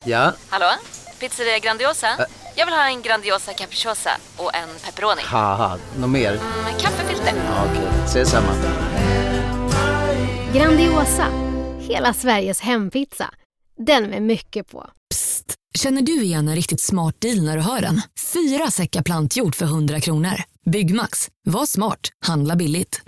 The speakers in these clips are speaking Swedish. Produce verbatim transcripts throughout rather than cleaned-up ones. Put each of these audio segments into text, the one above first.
Ja? Hallå? Pizzeria Grandiosa? Ä- Jag vill ha en Grandiosa capriciosa och en pepperoni. Haha, något mer? Mm, kaffefilter. Ja, okej, okay. Ses samma. Grandiosa, hela Sveriges hempizza. Den med mycket på. Psst, känner du igen en riktigt smart deal när du hör den? Fyra säckar plantjord för hundra kronor. Byggmax, var smart, handla billigt.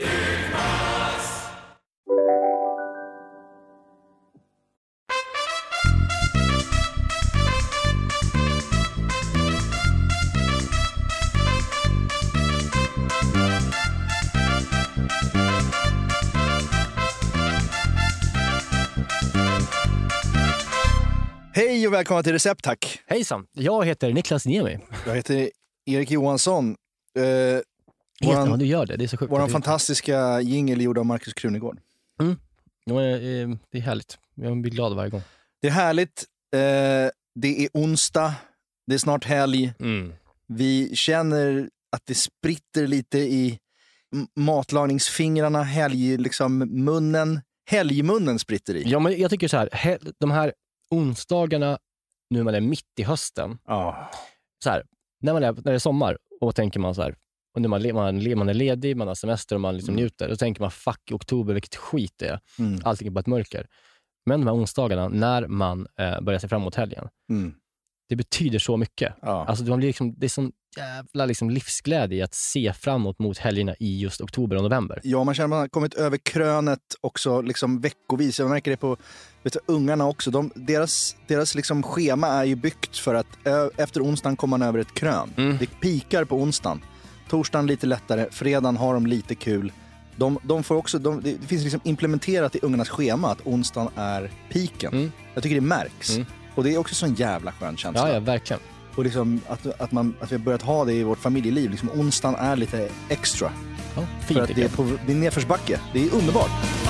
Hej och välkomna till Recept, tack. Hejsan, jag heter Niklas Niemi. Jag heter Erik Johansson. Eh, Våran, våran, du gör det, det är så sjukt. våran fantastiska jingle gjord av Marcus Krunegård. Mm. Ja, det är härligt. Jag blir glad varje gång. Det är härligt. Eh, det är onsdag. Det är snart helg. Mm. Vi känner att det spritter lite i matlagningsfingrarna. Helg, liksom munnen. Helgmunnen spritter i. Ja, men jag tycker så här. He- de här onsdagarna, nu man är mitt i hösten. Oh. Så här, när, man är, när det är sommar och tänker man så här, och när man, man, man är ledig, man har semester och man liksom mm. njuter, då tänker man fuck oktober, vilket skit det är. Mm. Allting är bara ett mörker. Men de här onsdagarna, när man eh, börjar se fram emot helgen, mm. det betyder så mycket. Ja. Alltså, man blir liksom, det är sån jävla liksom livsglädje i att se framåt mot helgerna i just oktober och november. Ja, man känner att man har kommit över krönet också liksom veckovis. Jag märker det på vet du, ungarna också. De, deras deras liksom schema är ju byggt för att ö, efter onsdagen kommer man över ett krön. Mm. Det pikar på onsdagen. Torsdagen lite lättare. Fredagen har de lite kul. De, de får också, de, det finns liksom implementerat i ungarnas schema att onsdagen är piken. Mm. Jag tycker det märks. Mm. Och det är också sån jävla skön känsla. Ja, ja, verkligen. Och liksom att, att, man, att vi har börjat ha det i vårt familjeliv. Liksom onsdagen är lite extra. Ja, fint. För att det är, på, det är nedförsbacke. Det är underbart.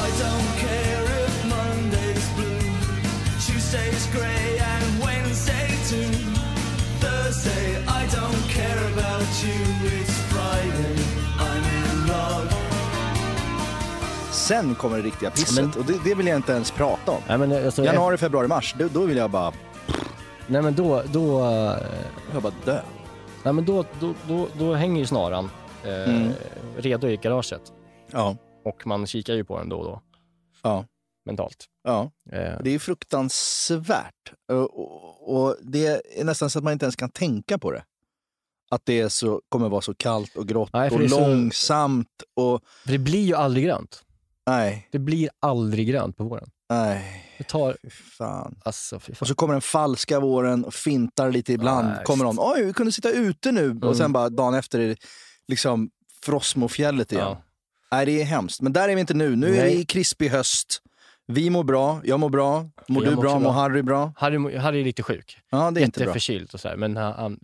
Sen kommer det riktiga pisset. Men, och det, det vill jag inte ens prata om. Nej, men alltså, januari, februari, mars. Då, då vill jag bara... Nej, men då... då jag bara dö. Nej, men då, då, då, då hänger ju snaran eh, mm. redo i garaget. Ja. Och man kikar ju på den då och då. Ja. Mentalt. Ja. Eh. Det är fruktansvärt. Och, och, och det är nästan så att man inte ens kan tänka på det. Att det är så, kommer vara så kallt och grått. Nej, och långsamt. Så... Och... För det blir ju aldrig grönt. Nej. Det blir aldrig grönt på våren. Nej. Det tar... Fy fan. Alltså, fy fan. Och så kommer den falska våren och fintar lite ibland. Nej, kommer de, oj, vi kunde sitta ute nu. Mm. Och sen bara dagen efter är det liksom Frostmofjället igen. Ja. Nej, det är hemskt. Men där är vi inte nu. Nu Nej. är vi i krispig höst. Vi mår bra, jag mår bra. Mår jag du bra, mår Harry bra? Harry, Harry är lite sjuk. Ja, det är inte bra. Jätteförkyld och så här. Men han,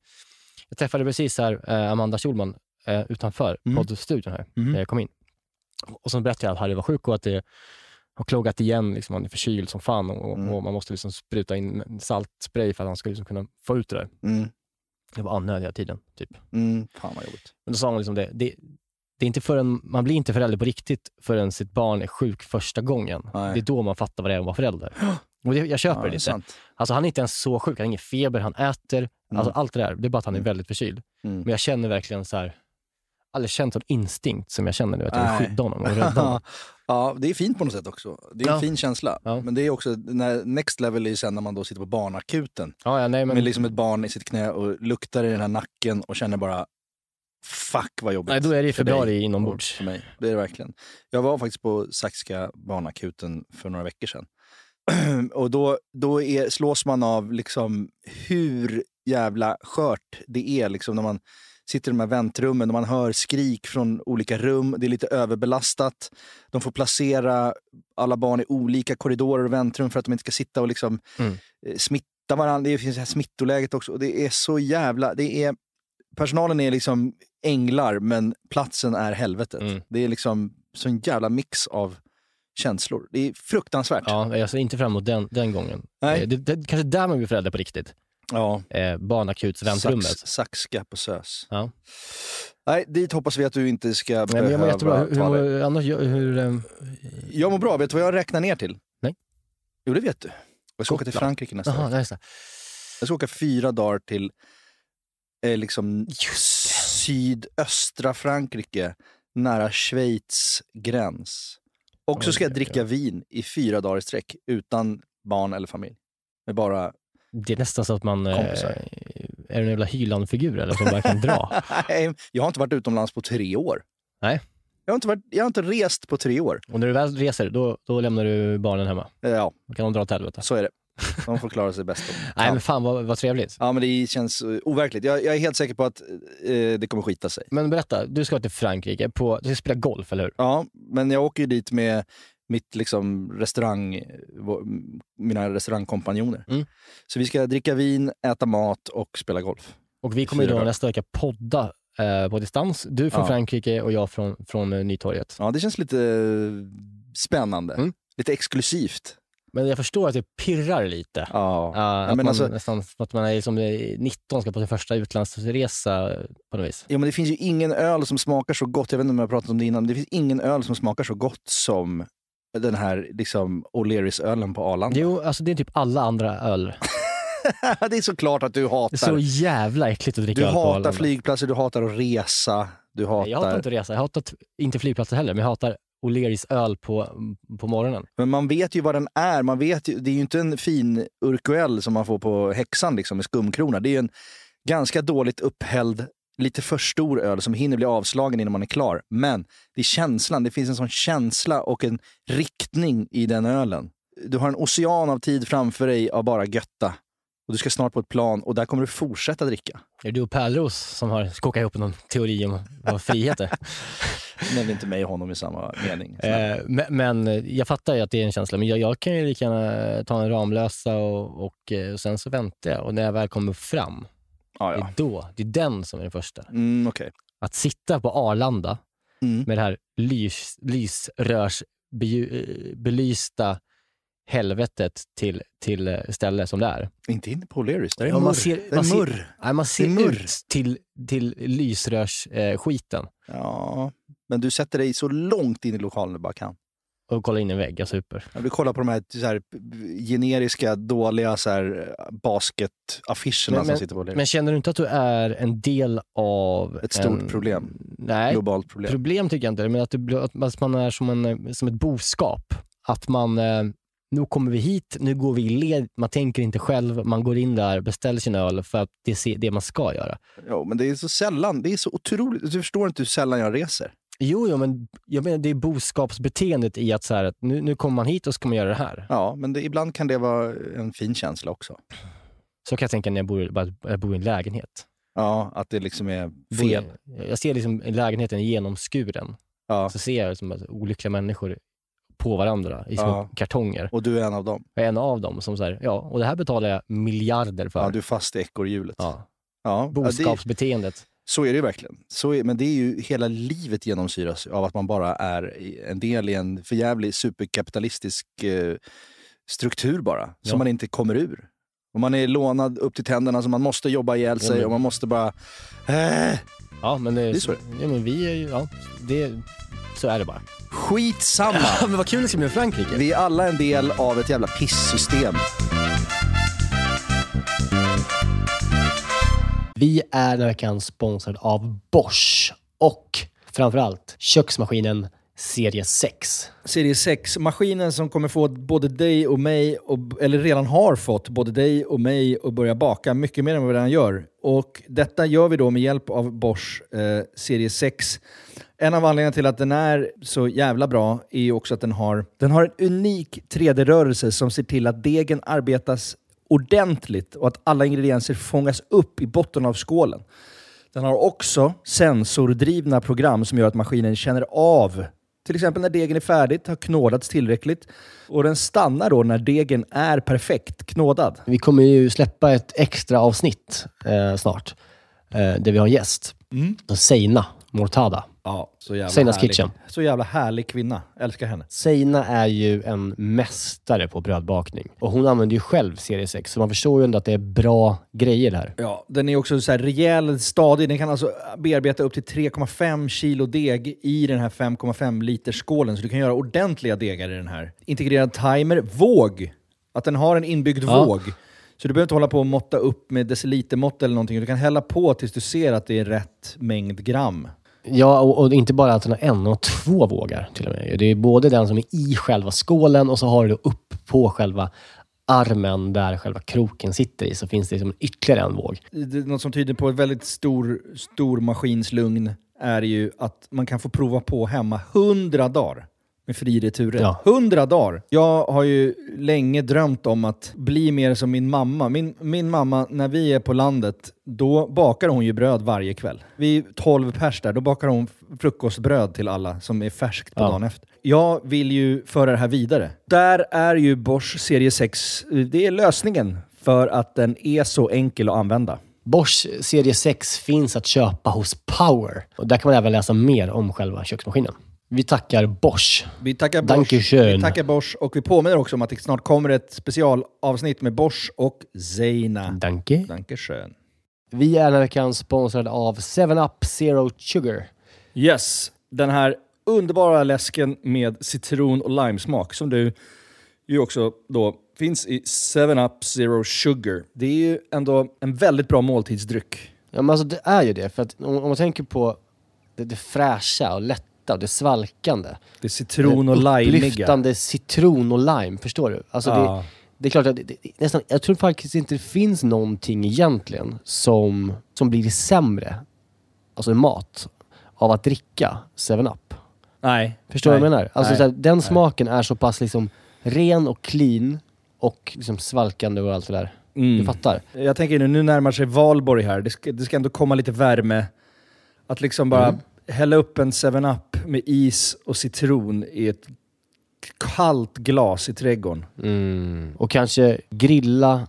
jag träffade precis här eh, Amanda Schulman eh, utanför mm. poddstudion här. Mm. Jag kom in. Och så berättade jag att Harry var sjuk och att det har klogat igen. Liksom, han är förkyld som fan och, mm. och man måste liksom spruta in saltspray för att han ska liksom kunna få ut det där. Mm. Det var annödiga tiden, typ. Mm. Fan vad jobbigt. Men då sa hon liksom det. det Det är inte förrän, man blir inte förälder på riktigt förrän sitt barn är sjuk första gången. Nej. Det är då man fattar vad det är att vara förälder. Och det, jag köper ja, det lite. Sant. Alltså han är inte ens så sjuk, han har ingen feber, han äter. Mm. Alltså allt det där, det är bara att han är väldigt förkyld. Mm. Men jag känner verkligen så här, aldrig känt sån instinkt som jag känner nu, att jag vill skydda honom och rädda honom. Ja, det är fint på något sätt också. Det är en ja. fin känsla. Ja. Men det är också, när next level är ju sen när man då sitter på barnakuten. Ja, ja, nej, men... Med liksom ett barn i sitt knä och luktar i den här nacken och känner bara fuck vad jobbigt. Nej, då är det i februari inombords. För mig. Det är det verkligen. Jag var faktiskt på Saxiska barnakuten för några veckor sedan. Och då, då är, slås man av liksom hur jävla skört det är liksom när man sitter i de här väntrummen och man hör skrik från olika rum. Det är lite överbelastat. De får placera alla barn i olika korridorer och väntrum för att de inte ska sitta och liksom mm. smitta varandra. Det finns det här smittoläget också. Och det är så jävla... Det är, personalen är liksom änglar, men platsen är helvetet. Mm. Det är liksom sån jävla mix av känslor. Det är fruktansvärt. Ja, jag ser inte fram emot den, den gången. Nej. Det, det, kanske där man blir förälder på riktigt. Ja. Eh, barnakutsväntrummet. Sax, Saxska på Sös. Ja. Nej, dit hoppas vi att du inte ska Nej, behöva... Men jag mår jättebra. Hur, hur, annars, hur, um... Jag mår bra. Vet du vad jag räknar ner till? Nej. Jo, det vet du. Jag ska åka till Frankrike nästa Aha, vecka. det är så. Jag ska åka fyra dagar till eh, liksom sydöstra Frankrike, nära Schweiz gräns. Och så ska jag dricka vin i fyra dagar i sträck utan barn eller familj. Med bara Det är nästan så att man kompisar. eh, är en jävla Hyland-figur eller som bara kan dra. Nej, jag har inte varit utomlands på tre år. Nej. Jag har inte, varit, jag har inte rest på tre år. Och när du väl reser, då, då lämnar du barnen hemma. Ja. Då kan de dra till helvete. Så är det. De får klara sig bäst. Nej, men fan vad, vad trevligt. Ja, men det känns uh, overkligt. Jag, jag är helt säker på att uh, det kommer skita sig. Men berätta, du ska till Frankrike. På, du ska spela golf, eller hur? Ja, men jag åker ju dit med mitt liksom restaurang, mina restaurangkompanjoner. Mm. Så vi ska dricka vin, äta mat och spela golf. Och vi kommer ju då nästa vecka podda eh, på distans. Du från ja. Frankrike och jag från, från uh, Nytorget. Ja, det känns lite spännande. Mm. Lite exklusivt. Men jag förstår att det pirrar lite. Ja. Uh, att ja, men man, alltså, nästan att man är som nitton ska på sin första utlandsresa på något vis. Ja, men det finns ju ingen öl som smakar så gott. Jag vet inte om jag har pratat om det innan. Men det finns ingen öl som smakar så gott som den här liksom O'Learys-ölen på Arlanda. Jo, alltså det är typ alla andra öl. Det är så klart att du hatar. Det är så jävla äckligt att dricka du öl på Arlanda. Du hatar flygplatser, du hatar att resa. Du hatar... Nej, jag hatar inte att resa. Jag hatar inte flygplatser heller, men jag hatar O'Learys öl på, på morgonen. Men man vet ju vad den är. Man vet ju, det är ju inte en fin urquell som man får på Häxan liksom, med skumkrona. Det är ju en ganska dåligt upphälld, lite för stor öl som hinner bli avslagen innan man är klar. Men det är känslan. Det finns en sån känsla och en riktning i den ölen. Du har en ocean av tid framför dig av bara götta. Och du ska snart på ett plan och där kommer du fortsätta dricka. Är det du och Pärlros som har kokat ihop någon teori om vad frihet är? Nämn inte mig och honom i samma mening. Eh, men, men jag fattar ju att det är en känsla. Men jag, jag kan ju lika gärna ta en Ramlösa och, och, och sen så väntar jag. Och när jag väl kommer fram, ah, ja. det är då. Det är den som är den första. Mm, okay. Att sitta på Arlanda mm. med det här lys, lysrörsbelysta helvetet till, till ställe som det är. Inte inne på O'Learys, det är ja, murr. Man ser, det är man murr. Ser, nej, man ser murr. ut till, till lysrörsskiten. Eh, ja, men du sätter dig så långt in i lokalen du bara kan. Och kollar in en vägg, jag super. Ja, du kollar på de här, så här generiska, dåliga så här, basket-affischerna som sitter på O'Learys. Men känner du inte att du är en del av... Ett stort en, problem. Nej, globalt problem. Problem tycker jag inte, men att, du, att man är som, en, som ett boskap. Att man... Eh, nu kommer vi hit, nu går vi i led, man tänker inte själv, man går in där, beställer sin öl för att det är det man ska göra. Ja, men det är så sällan, det är så otroligt, du förstår inte hur sällan jag reser. Jo, jo men jag menar, det är boskapsbeteendet i att, så här, att nu, nu kommer man hit och ska man göra det här. Ja, men det, ibland kan det vara en fin känsla också. Så kan jag tänka när jag bor, bara, jag bor i en lägenhet. Ja, att det liksom är fel. Jag ser liksom lägenheten genomskuren. Ja. Så ser jag liksom att olyckliga människor på varandra i små ja. kartonger. Och du är en av dem. Jag är en av dem som säger, ja, och det här betalar jag miljarder för. Ja, du är fast i ekorrhjulet. Ja. Ja. Boskapsbeteendet. Det, så är det verkligen. Så är, men det är ju hela livet genomsyras av att man bara är en del i en förjävlig superkapitalistisk eh, struktur bara. Som ja. man inte kommer ur. Och man är lånad upp till tänderna så man måste jobba ihjäl sig mm. och man måste bara... Äh. Ja, men det, det är så. Ja, men vi är ju... Ja, det, så är det bara. Skitsamma! Men vad kul det ska bli med Frankrike. Vi är alla en del av ett jävla pisssystem. Vi är den här veckan sponsrad av Bosch och framförallt köksmaskinen Serie sex. Serie sex, maskinen som kommer få både dig och mig, och, eller redan har fått både dig och mig att börja baka mycket mer än vad vi redan gör. Och detta gör vi då med hjälp av Bosch eh, Serie sex. En av anledningarna till att den är så jävla bra är ju också att den har, den har en unik tre D-rörelse som ser till att degen arbetas ordentligt och att alla ingredienser fångas upp i botten av skålen. Den har också sensordrivna program som gör att maskinen känner av till exempel när degen är färdigt, har knådats tillräckligt. Och den stannar då när degen är perfekt knådad. Vi kommer ju släppa ett extra avsnitt eh, snart. Eh, där vi har en gäst. Mm. Seina Mortada. Ja, så jävla Seinas härlig. Kitchen. Så jävla härlig kvinna. Älskar henne. Seina är ju en mästare på brödbakning. Och hon använder ju själv Serie sex. Så man förstår ju ändå att det är bra grejer här. Ja, den är också så här rejäl, stadig. Den kan alltså bearbeta upp till tre komma fem kilo deg i den här fem komma fem liters skålen. Så du kan göra ordentliga degar i den här. Integrerad timer, våg. Att den har en inbyggd Ja. våg. Så du behöver inte hålla på och måtta upp med decilitermått eller någonting. Du kan hälla på tills du ser att det är rätt mängd gram. Ja, och, och inte bara att den har en och två vågar till och med. Det är både den som är i själva skålen och så har du upp på själva armen där själva kroken sitter i, så finns det som ytterligare en våg. Det, något som tyder på ett väldigt stor, stor maskinslugn är ju att man kan få prova på hemma hundra dagar med fri retur. Ja. Hundra dagar! Jag har ju länge drömt om att bli mer som min mamma. Min, min mamma, när vi är på landet, då bakar hon ju bröd varje kväll. Vi är tolv pers där, då bakar hon frukostbröd till alla som är färskt på Ja. dagen efter. Jag vill ju föra det här vidare. Där är ju Bosch serie sex, det är lösningen för att den är så enkel att använda. Bosch serie sex finns att köpa hos Power. Och där kan man även läsa mer om själva köksmaskinen. Vi tackar Bosch. Vi tackar Bosch. Dankeschön. Vi tackar Bosch och vi påminner också om att det snart kommer ett specialavsnitt med Bosch och Zeina. Danke. Dankeschön. Vi är den här veckan sponsrade av seven up Zero Sugar. Yes, den här underbara läsken med citron och limesmak som du ju också då finns i seven up Zero Sugar. Det är ju ändå en väldigt bra måltidsdryck. Ja, men alltså det är ju det. För att om, om man tänker på det, det fräscha och lätta och det svalkande. Det är citron och lime. Upplyftande citron och lime, förstår du? Alltså Ja. det, det är klart att det, det, nästan, jag tror faktiskt inte det finns någonting egentligen som, som blir sämre, alltså mat, av att dricka seven up. Nej. Förstår Nej. du vad jag menar? Alltså Nej. så här, den smaken är så pass liksom ren och clean och liksom svalkande och allt det där. Mm. Du fattar? Jag tänker nu, nu närmar sig Valborg här. Det ska, det ska ändå komma lite värme. Att liksom bara Mm. hälla upp en seven up med is och citron i ett kallt glas i trädgården. Mm. Och kanske grilla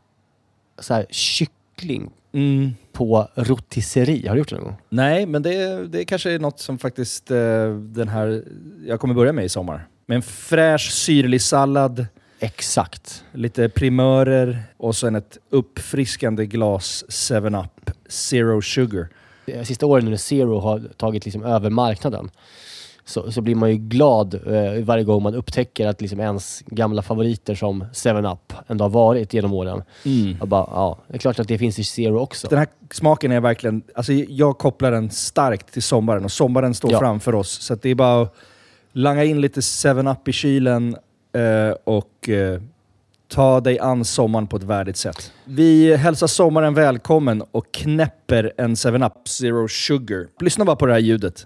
så här kyckling Mm. på rotisserie. Har du gjort det någon gång? Nej, men det, det kanske är något som faktiskt eh, den här jag kommer börja med i sommar. Med en fräsch syrlig sallad, Exakt. lite primörer och sen ett uppfriskande glas seven up Zero Sugar. De sista åren när Zero har tagit liksom över marknaden så, så blir man ju glad eh, varje gång man upptäcker att liksom ens gamla favoriter som seven up ändå har varit genom åren. Mm. Och bara, ja, det är klart att det finns i Zero också. Den här smaken är verkligen, alltså jag kopplar den starkt till sommaren och sommaren står Ja. framför oss. Så att det är bara att langa in lite seven up i kylen eh, och eh, ta dig an sommaren på ett värdigt sätt. Vi hälsar sommaren välkommen och knäpper en seven up Zero Sugar. Lyssna bara på det här ljudet.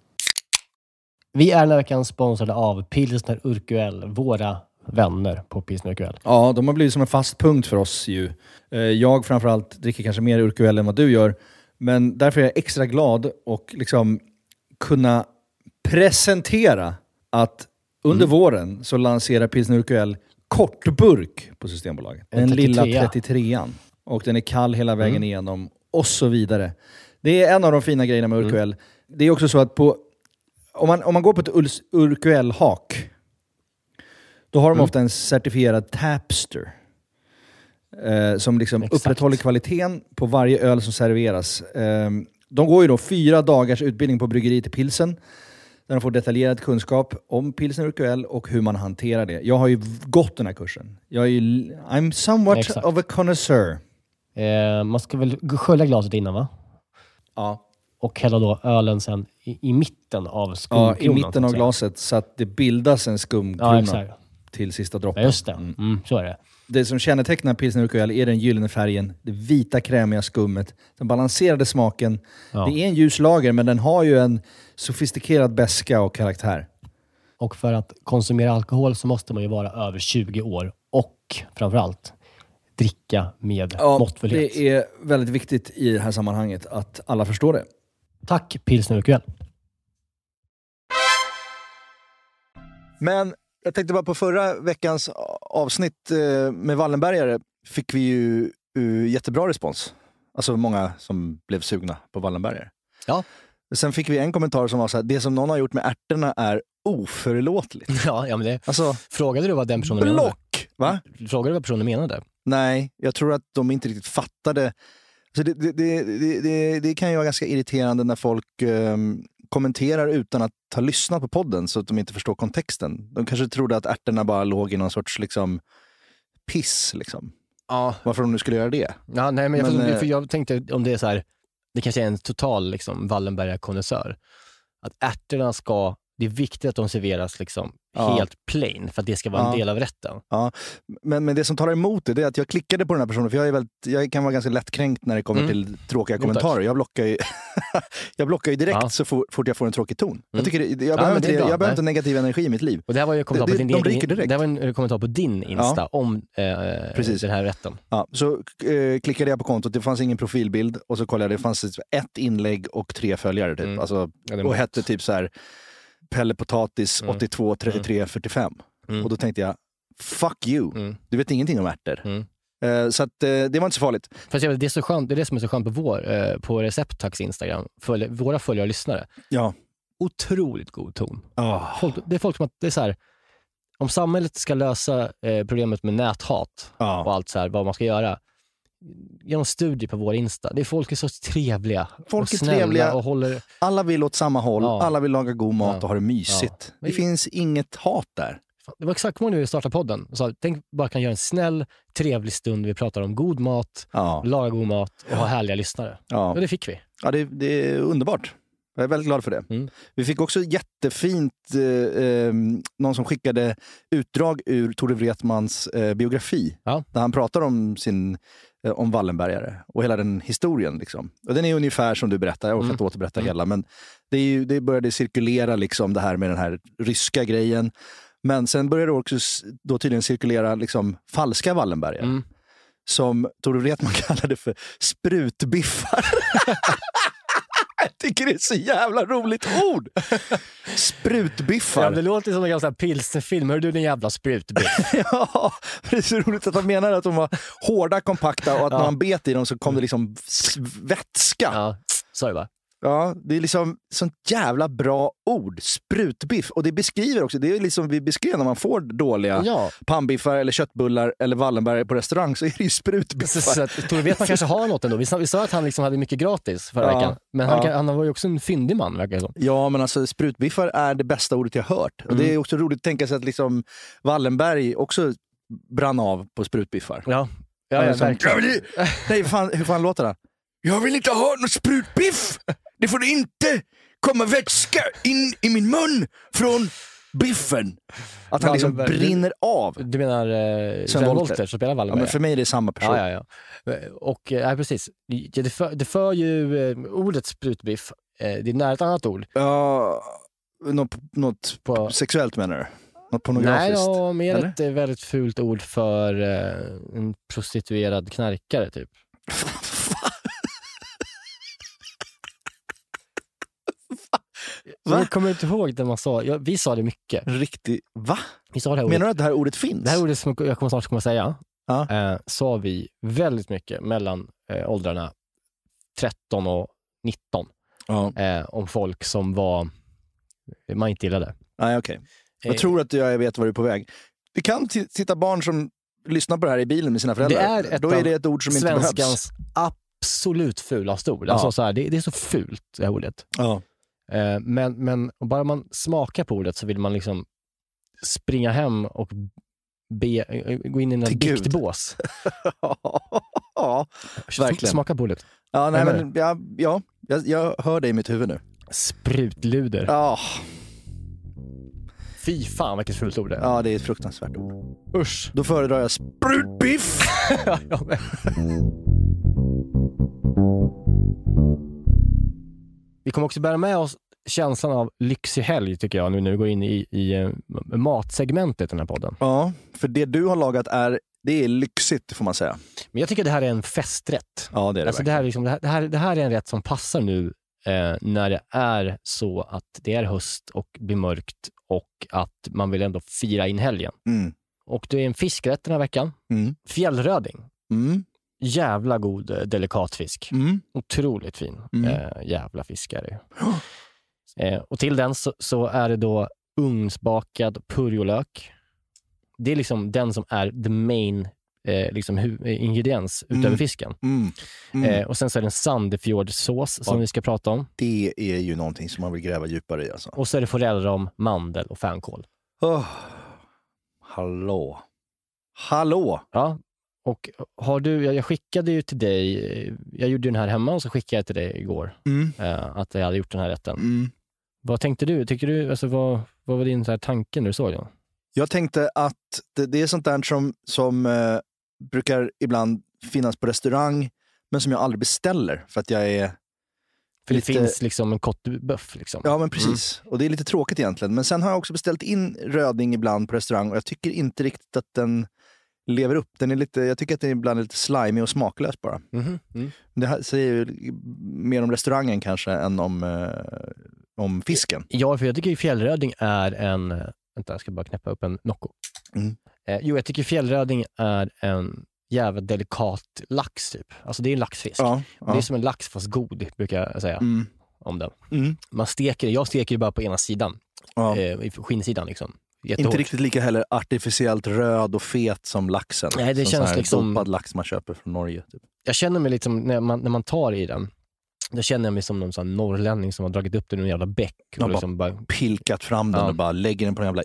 Vi är den här veckan sponsrade av Pilsner Urquell, våra vänner på Pilsner Urquell. Ja, de har blivit som en fast punkt för oss ju. Eh, Jag framförallt dricker kanske mer Urquell än vad du gör. Men därför är jag extra glad och liksom kunna presentera att under Mm. våren så lanserar Pilsner Urquell kortburk på Systembolaget. En Den lilla trettiotre. trettiotrean. Och den är kall hela vägen Mm. igenom och så vidare. Det är en av de fina grejerna med Urquell. Det är också så att på, om, man, om man går på ett Urs- Urquell-hak då har de Mm. ofta en certifierad tapster. Eh, som liksom Exakt. upprätthåller kvaliteten på varje öl som serveras. Eh, de går ju då fyra dagars utbildning på bryggeriet i Pilsen. Där de får detaljerad kunskap om Pilsner Urquell och hur man hanterar det. Jag har ju gått den här kursen. Jag är ju, I'm somewhat Exakt. of a connoisseur. Eh, man ska väl skölja glaset innan, va? Ja. Och hälla då ölen sen i, i mitten av Ja, skumkronan. i mitten så att av säga. glaset så att det bildas en Ja, skumkrona exakt. till sista droppen. Ja, just det. Mm. Mm, så är det. Det som kännetecknar Pilsner Urquell är den gyllene färgen, det vita krämiga skummet, den balanserade smaken. Ja. Det är en ljus lager, men den har ju en sofistikerad beska och karaktär. Och för att konsumera alkohol så måste man ju vara över tjugo år och framförallt dricka med måttfullhet. det är väldigt viktigt i det här sammanhanget att alla förstår det. Tack Pilsner Urquell. Men jag tänkte bara på förra veckans avsnitt eh, med Wallenbergare fick vi ju uh, jättebra respons. Alltså många som blev sugna på Wallenbergare. Ja. Sen fick vi en kommentar som var så här: det som någon har gjort med ärtorna är oförlåtligt. Ja, ja men det... Alltså, Frågade du vad den personen menade? block! Va? Frågade du vad personen menade? Nej, jag tror att de inte riktigt fattade. Alltså det, det, det, det, det, det kan ju vara ganska irriterande när folk um, kommenterar utan att ha lyssnat på podden så att de inte förstår kontexten. De kanske trodde att ärtorna bara låg i någon sorts liksom piss liksom. Ja. Varför de nu skulle göra det? Ja, nej, men jag, men, för, för jag tänkte om det är så här, det kanske är en total liksom, Wallenberga-konnässör. Att ärtorna ska, det är viktigt att de serveras liksom ja. helt plain för att det ska vara ja. en del av rätten. Ja, men, men det som talar emot det, det är att jag klickade på den här personen, för jag, är väldigt, jag kan vara ganska lättkränkt när det kommer mm. till tråkiga God kommentarer. Jag blockar ju, jag blockar ju direkt ja. så fort, fort jag får en tråkig ton. Mm. Jag, tycker, jag ja, behöver, inte, jag behöver inte negativ energi i mitt liv. Och det här var ju kommentar det, på din, de ryker direkt. Det var en kommentar på din Insta ja. om eh, Precis. den här rätten. Ja, så eh, klickade jag på kontot, det fanns ingen profilbild och så kollade jag, det fanns ett inlägg och tre följare typ. Mm. Alltså, ja, och hette typ så här Pelle Potatis mm. åttiotvå trettiotre fyrtiofem. Mm. Och då tänkte jag, fuck you. Mm. Du vet ingenting om ärtor. Mm. Uh, så att, uh, det var inte så farligt. Fast det är, så skönt, det är det som är så skönt på vår uh, på Recepttax Instagram. Följ, våra följare och lyssnare. Ja. Otroligt god ton. Oh. Folk, det är folk som att, det är så här, om samhället ska lösa uh, problemet med näthat oh. och allt så här, vad man ska göra. Genom studier på vår Insta. Det är folk är så trevliga. Folk är trevliga. Och håller... Alla vill åt samma håll. Ja. Alla vill laga god mat ja. och ha det mysigt. Ja. Det finns inget hat där. Det var exakt många när vi startade podden. Så, tänk bara kan göra en snäll, trevlig stund. Vi pratar om god mat, ja. laga god mat och ha härliga lyssnare. Ja. Och det fick vi. Ja, det, det är underbart. Jag är väldigt glad för det. Mm. Vi fick också jättefint eh, eh, någon som skickade utdrag ur Tore Wretmans eh, biografi. Ja. Där han pratar om sin eh, om Wallenbergare och hela den historien. Liksom. Och den är ungefär som du berättar. Jag orkar inte mm. återberätta mm. hela. Men det, är ju, det började cirkulera liksom, det här med den här ryska grejen. Men sen började det också då tydligen cirkulera liksom, falska Wallenbergare. Mm. Som Tore Wretman kallade för sprutbiffar. Jag tycker det är så jävla roligt ord. Sprutbiffar. Ja, det låter som en gammal pilsnerfilm. Hör du din jävla sprutbiff? Ja, det är så roligt att han menar att de var hårda, kompakta och att ja. när man bet i dem så kom det liksom vätska. Ja, sorry va? Ja, det är liksom sånt jävla bra ord. Sprutbiff. Och det beskriver också, det är liksom vi beskriver när man får dåliga ja. pannbiffar eller köttbullar eller Wallenberg på restaurang så är det ju sprutbiffar. Så, så att, Tore Wretman kanske har något ändå. Vi sa, vi sa att han liksom hade mycket gratis förra ja. veckan. Men han, ja. han var ju också en fyndig man, verkar det som. Ja, men alltså sprutbiffar är det bästa ordet jag hört. Mm. Och det är också roligt att tänka sig att liksom Wallenberg också brann av på sprutbiffar. Ja, ja, ja verkligen. Nej, fan, hur fan låter det? Jag vill inte ha någon sprutbiff! Det får inte komma vätska in i min mun från biffen. Att han liksom brinner av. Du menar eh, Sven Wollter som spelar Wallenberg? Ja, men för mig är det samma person. Ja, ja, ja. Och ja, precis. Det för, det för ju eh, ordet sprutbiff. Eh, det är nära ett annat ord. Ja, något, något på... sexuellt menar du? Något pornografiskt? Nej, ja, mer ett väldigt fult ord för eh, en prostituerad knarkare typ. Jag kommer inte ihåg det man sa. Ja, vi sa det mycket. Riktigt, va? Vi sa det här ordet. Menar du att det här ordet finns? Det här ordet som jag kommer snart komma säga ja. eh, sa vi väldigt mycket mellan eh, åldrarna tretton och nitton. Ja. Eh, om folk som var man inte gillade. Nej, okej. Okay. Jag eh, tror att jag vet var du är på väg. Det kan t- sitta barn som lyssnar på det här i bilen med sina föräldrar. Det är ett Då är det ett ord som inte behövs. Svenskans absolut fulaste ord. Ja. Alltså, så här, det, det är så fult, det här ordet. Ja. Men, men bara man smakar på ordet så vill man liksom springa hem och be, gå in i en biktbås. Ja, verkligen. Smaka på ordet. Ja, nej, men, ja, ja jag, jag hör dig i mitt huvud nu. Sprutluder. Ja. Fy fan, vilket fult ord det är. Ja, det är ett fruktansvärt ord. Usch. Då föredrar jag sprutbiff. Ja, men. Vi kommer också bära med oss känslan av lyxig helg tycker jag nu när vi går in i, i uh, matsegmentet i den här podden. Ja, för det du har lagat är, det är lyxigt får man säga. Men jag tycker det här är en festrätt. Ja, det är det alltså det, här är liksom, det, här, det, här, det här är en rätt som passar nu eh, när det är så att det är höst och blir mörkt och att man vill ändå fira in helgen. Mm. Och det är en fiskrätt den här veckan. Mm. Fjällröding. Mm. Jävla god eh, delikat fisk. Mm. Otroligt fin. Mm. Eh, jävla fisk är det. eh, och till den så, så är det då ugnsbakad purjolök. Det är liksom den som är the main eh, liksom hu- ingrediens utöver mm. fisken. Mm. Mm. Eh, och sen så är det en sandefjordsås som ja. vi ska prata om. Det är ju någonting som man vill gräva djupare i. Alltså. Och så är det forellrom, mandel och fänkål. Oh. Hallå. Hallå! Ja, och har du, jag skickade ju till dig, jag gjorde den här hemma och så skickade jag till dig igår mm. eh, att jag hade gjort den här rätten. Mm. Vad tänkte du? Tycker du, alltså vad, vad var din så här tanke när du såg den? Jag tänkte att det, det är sånt där som, som eh, brukar ibland finnas på restaurang, men som jag aldrig beställer för att jag är... För lite... det finns liksom en kottbuff liksom. Ja, men precis. Mm. Och det är lite tråkigt egentligen. Men sen har jag också beställt in röding ibland på restaurang och jag tycker inte riktigt att den lever upp. Den är lite, jag tycker att den ibland är lite slimy och smaklös bara. Mm. Mm. Det här säger ju mer om restaurangen kanske än om, eh, om fisken. Ja, för jag tycker ju fjällröding är en... Vänta, jag ska bara knäppa upp en Nocco. Mm. Eh, jo, jag tycker fjällröding är en jävla delikat lax typ. Alltså det är en laxfisk. Ja, ja. Det är som en lax fast god, brukar jag säga mm. om den. Mm. Man steker, jag steker ju bara på ena sidan. Ja. Eh, skinsidan liksom. Jättehårt. Inte riktigt lika heller artificiellt röd och fet som laxen. Nej, det som känns liksom... dopad lax man köper från Norge. Typ. Jag känner mig liksom, när man, när man tar i den, då känner jag mig som någon sån norrlänning som har dragit upp den i en jävla bäck. Och liksom bara, bara pilkat fram den ja. och bara lägger den på en jävla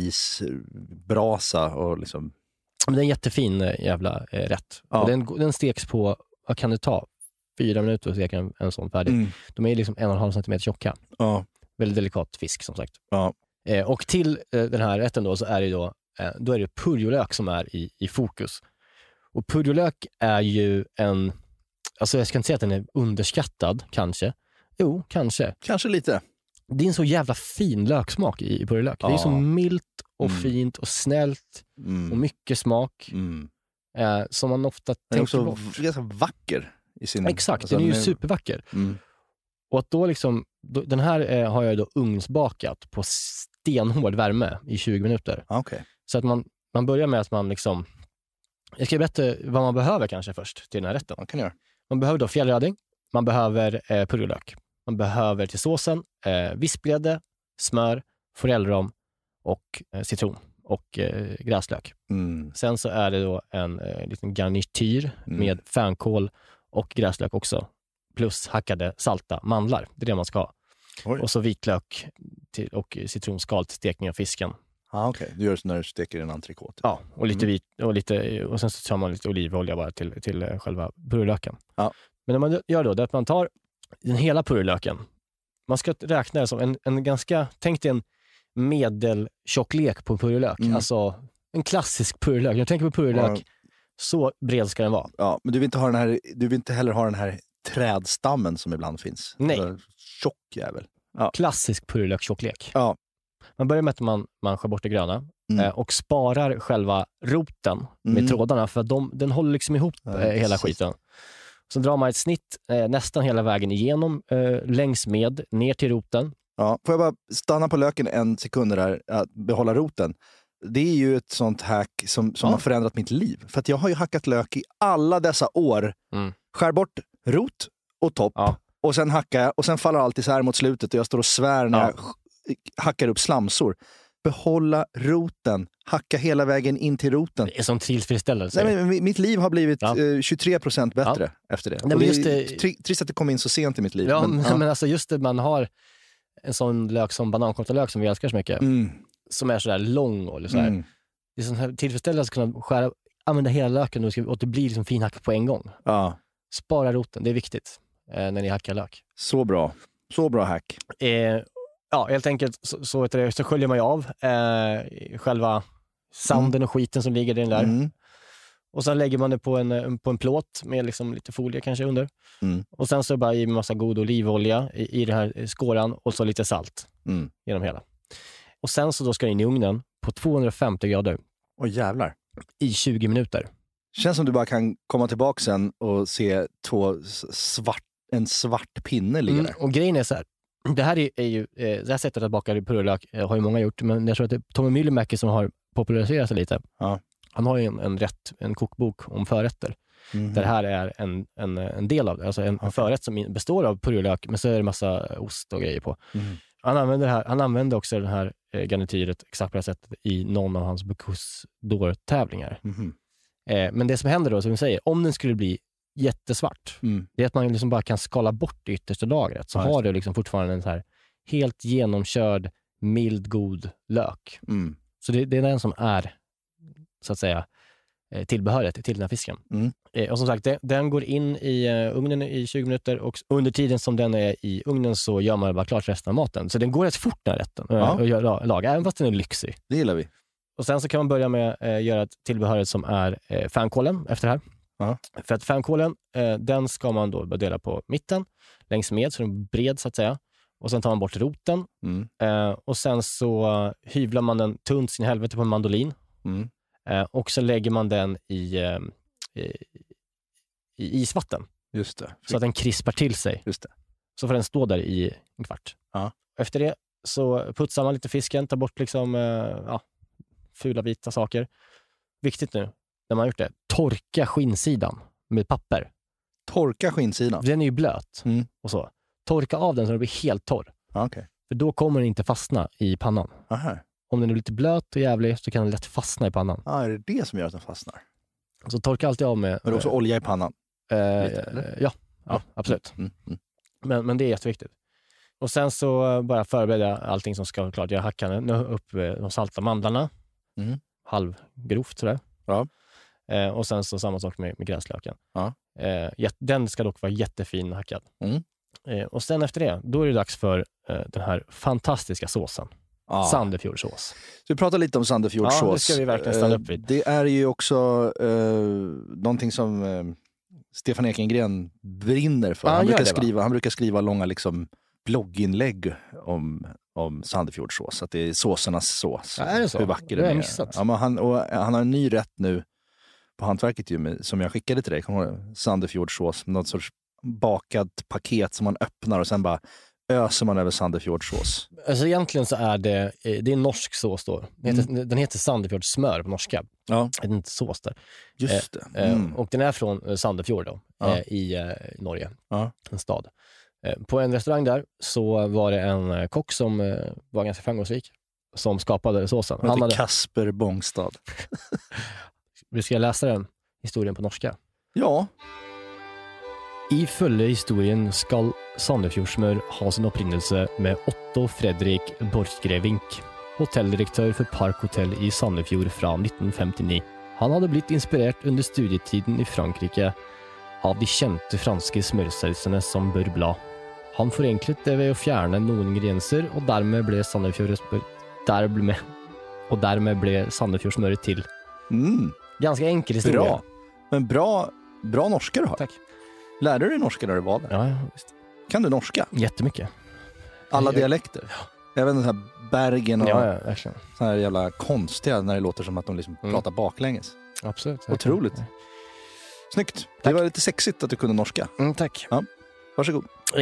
enrisbrasa och liksom... Men det är en jättefin jävla eh, rätt. Ja. Och den, den steks på, vad kan det ta? Fyra minuter och steka en, en sån färdig. Mm. De är liksom en och en halv centimeter tjocka. Ja. Väldigt delikat fisk som sagt. Ja. Eh, och till eh, den här rätten då så är det då, eh, då är det purjolök som är i, i fokus. Och purjolök är ju en, alltså jag ska inte säga att den är underskattad kanske. Jo, kanske. Kanske lite. Det är en så jävla fin löksmak i, i purjolök. Ja. Det är så milt och mm. fint och snällt mm. och mycket smak mm. eh, som man ofta den tänker bort. Den är också ganska vacker i sin... Exakt, alltså, den är ju den är... supervacker. Mm. Och att då liksom, då, den här eh, har jag då ugnsbakat på stenhård värme i tjugo minuter. Okay. Så att man, man börjar med att man liksom, jag ska berätta vad man behöver kanske först till den här rätten. Man kan göra. Man behöver då fjällröding, man behöver eh, purjolök, man behöver till såsen eh, vispgrädde, smör, forellrom och eh, citron och eh, gräslök. Mm. Sen så är det då en eh, liten garnityr mm. med fänkål och gräslök också. Plus hackade salta mandlar. Det är det man ska ha. Oj. Och så vitlök till, och citronskal till stekning av fisken. Ah, okej. Okay. Du gör det när du steker en entrecote. Ja, och lite vit och lite och sen så tar man lite olivolja bara till till själva purjolöken. Ja. Men när man gör då det att man tar den hela purjolöken. Man ska räkna det som en en ganska, tänk dig en medeltjocklek på purjolök. Mm. Alltså en klassisk purjolök. Jag tänker på purjolök. Ja. Så bred ska den vara. Ja, men du vill inte ha den här, du vill inte heller ha den här trädstammen som ibland finns. Nej. Alltså, tjock jävel. Ja. Klassisk purjolöktjocklek. Ja. Man börjar med att man, man skär bort det gröna mm. eh, och sparar själva roten med mm. trådarna för att de, den håller liksom ihop ja, eh, hela skiten. Så drar man ett snitt eh, nästan hela vägen igenom eh, längs med ner till roten. Ja. Får jag bara stanna på löken en sekund där, att behålla roten. Det är ju ett sånt hack som, som ja. har förändrat mitt liv. För att jag har ju hackat lök i alla dessa år. Mm. Skär bort rot och topp. Ja. Och sen hackar jag. Och sen faller allt isär mot slutet. Och jag står och svär när ja. jag hackar upp slamsor. Behålla roten. Hacka hela vägen in till roten. Det är som tillfredsställelse. Nej, men mitt liv har blivit ja. eh, tjugotre procent bättre ja. efter det. Nej, men just det är tri- trist att det kom in så sent i mitt liv. Ja, men, ja. men alltså just det, man har en sån lök som banankottelök som vi älskar så mycket. Mm. Som är sådär lång och så här. Mm. Det är sån här tillfredsställelse att kunna skära, använda hela löken och, och det blir liksom fin hack på en gång. Ja. Spara roten, det är viktigt eh, när ni hackar lök. Så bra. Så bra hack. Eh, ja, helt enkelt så, så, vet du, så sköljer man ju av eh, själva sanden mm. och skiten som ligger i den där. Mm. Och sen lägger man det på en, på en plåt med liksom lite folie kanske under. Mm. Och sen så bara i en massa god olivolja i, i den här skåran och så lite salt mm. genom hela. Och sen så då ska det in i ugnen på tvåhundrafemtio grader. Åh jävlar. I tjugo minuter. Känns som du bara kan komma tillbaka sen och se två svart, en svart pinne ligga där. Mm, och grejen är så här. Det här är, är ju, eh, det här sättet att baka purjolök eh, har ju många gjort. Men jag tror att det är Tommy Myllymäki som har populariserat sig lite. Ja. Han har ju en, en, rätt, en kokbok om förrätter. Mm. Där det här är en, en, en del av det. Alltså en, okay. en förrätt som består av purjolök. Men så är det en massa ost och grejer på. Mm. Han använder, det här, han använder också det här eh, garnityret exakt på det här sättet i någon av hans Bocuse d'Or-tävlingar. Mm. Eh, men det som händer då, som vi säger, om den skulle bli jättesvart, mm. det är att man liksom bara kan skala bort det yttersta lagret. Så ja, har du liksom fortfarande en så här helt genomkörd, mild, god lök. Mm. Så det, det är den som är, så att säga, eh, tillbehöret till den här fisken. Mm. Eh, och som sagt, den, den går in i eh, ugnen i tjugo minuter och under tiden som den är i ugnen så gör man bara klart resten av maten. Så den går rätt fort den här rätten eh, Ja. och gör, laga, även fast den är lyxig. Det gillar vi. Och sen så kan man börja med att eh, göra ett tillbehöret som är eh, fänkålen efter det här. Ja. För att fänkålen, eh, den ska man då börja dela på mitten, längs med, så den är bred så att säga. Och sen tar man bort roten. Mm. Eh, och sen så hyvlar man den tunt sin helvete på en mandolin. Mm. Eh, och så lägger man den i, eh, i, i isvatten. Just det. Så att den krispar till sig. Just det. Så får den stå där i en kvart. Ja. Efter det så putsar man lite fisken, tar bort liksom, eh, ja, fula vita saker. Viktigt nu, när man har gjort det, torka skinnsidan med papper. Torka skinnsidan? Den är ju blöt. Mm. Och så. Torka av den så den blir helt torr. Ja, okay. För då kommer den inte fastna i pannan. Aha. Om den är lite blöt och jävlig så kan den lätt fastna i pannan. Ja, är det det som gör att den fastnar? Så torka alltid av med... Men det är också äh, olja i pannan? Äh, lite, ja, ja, absolut. Mm, mm. Men, men det är jätteviktigt. Och sen så bara förbereda allting som ska vara klart. Jag hackar nu upp de salta mandlarna. Mm. Halvgrovt sådär. Ja. Eh, och sen så samma sak med, med gräslöken. Ja. Eh, den ska dock vara jättefin hackad. Mm. Eh, och sen efter det, då är det dags för eh, den här fantastiska såsen. Ah. Sandefjordsås. Så vi pratar lite om Sandefjordsås. Ja, det ska vi verkligen stanna upp vid. Det är ju också eh, någonting som eh, Stefan Ekengren brinner för. Ah, han, brukar det, skriva, han brukar skriva långa liksom, blogginlägg om, om Sandefjordsås. Att det är såsernas sås. Ja, är det så? Hur vacker det den är. är. Ja, men han, och han har en ny rätt nu på hantverket ju, med, som jag skickade till dig. Sandefjordsås. Något sorts bakat paket som man öppnar och sen bara öser man över Sandefjordsås. Alltså egentligen så är det, det är en norsk sås då. Den heter, mm. den heter Sandefjordssmör på norska. Ja. Det är inte sås där. Just det. Mm. Och den är från Sandefjord då, ja. i, i Norge. Ja. En stad. På en restaurang där så var det en kock som var ganska framgångsrik som skapade såsen. Han hade Kasper Bångstad. Vi ska läsa den historien på norska. Ja. Ifølge historien skal Sandefjordsmør ha sin opprinnelse med Otto Fredrik Borchgrevink, hotelldirektør for Park Hotel i Sandefjord fra nitten femtini. Han hadde blitt inspirert under studietiden i Frankrike av de kjente franske smørsausene som Beurre Blanc. Han forenklet det ved å fjerne noen ingredienser, og dermed ble Sandefjordsmør dermed, og dermed ble Sandefjordsmøret til. Mm. Ganska enkel historia. Bra. Men bra, bra norska du har. Tack. Lärde du dig norska när du var där? Ja, ja, visst. Kan du norska? Jättemycket. Alla jag, dialekter? Ja. Även den här Bergen och ja, ja, verkligen. så här jävla konstiga när det låter som att de liksom mm. pratar baklänges. Absolut. Otroligt. Ja. Snyggt. Tack. Det var lite sexigt att du kunde norska. Mm, tack. Ja. Varsågod. Eh,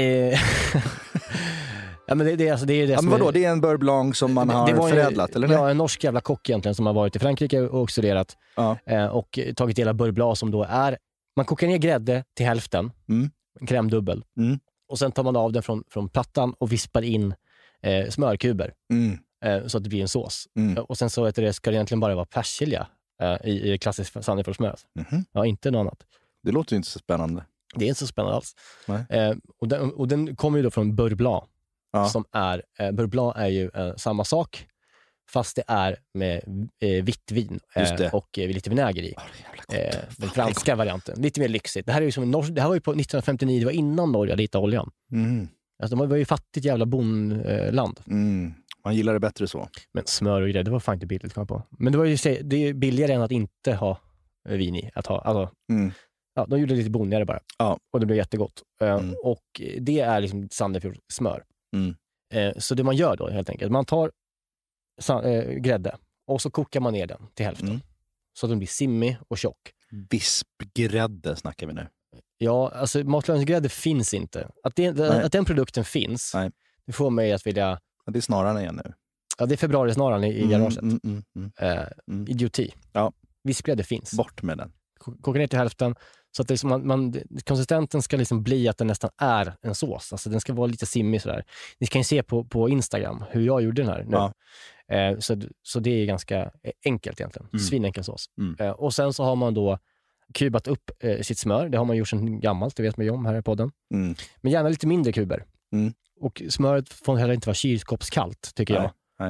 ja, men det, det, alltså, det är det ja, som men vadå? är, det är en Beurre Blanc som man det, har det var förädlat, ju, eller? Ja, en norsk jävla kock egentligen som har varit i Frankrike och studerat ja. eh, och tagit del av Beurre Blanc som då är, man kokar ner grädde till hälften, mm. en krämdubbel, mm. och sen tar man av den från, från plattan och vispar in eh, smörkuber mm. eh, så att det blir en sås. Mm. Och sen så heter det, ska det egentligen bara vara persilja eh, i, i klassisk Sandefjordsmör. Mm-hmm. Ja, inte något annat. Det låter ju inte så spännande. Det är inte så spännande alls. Eh, och, den, och den kommer ju då från Beurre Blanc. Ja. Som är, eh, Beurre Blanc är ju eh, samma sak, fast det är med eh, vitt vin eh, och eh, lite vinäger i. Oh, eh, den franska varianten. Lite mer lyxigt. Det här, är ju som en norsk, det här var ju på nittonhundrafemtionio, det var innan Norge hade hittat oljan. Mm. Alltså, de var ju fattigt jävla bondland. Mm. Man gillar det bättre så. Men smör och grejer, det var fan inte billigt. På. Men det var ju det är billigare än att inte ha vin i. Att ha, alltså, mm. ja, de gjorde det lite bonigare bara. Ja. Och det blev jättegott. Mm. Uh, och det är liksom Sandefjord smör. Mm. Uh, så det man gör då helt enkelt, man tar sa- uh, grädde och så kokar man ner den till hälften. Mm. Så att den blir simmig och tjock. Vispgrädde snackar vi nu. Ja, alltså matlagningsgrädde finns inte. Att, det, att den produkten finns, Nej. det får mig att vilja... Ja, det är snaran igen nu. Ja, det är februarisnaran i, i mm, garaget. Mm, mm, mm. Uh, mm. Idioti. Ja. Vispgrädde finns. Bort med den. Koka ner till hälften. Så att det liksom man, man, konsistenten ska liksom bli att den nästan är en sås. Alltså den ska vara lite simmig sådär. Ni kan ju se på, på Instagram hur jag gjorde den här nu. Ja. Eh, så, så det är ganska enkelt egentligen. Mm. Svinenkel sås. Mm. Eh, och sen så har man då kubat upp eh, sitt smör. Det har man gjort sedan gammalt, det vet man ju om här i podden. Mm. Men gärna lite mindre kuber. Mm. Och smöret får heller inte vara kylskåpskallt, tycker Nej. jag. Nej.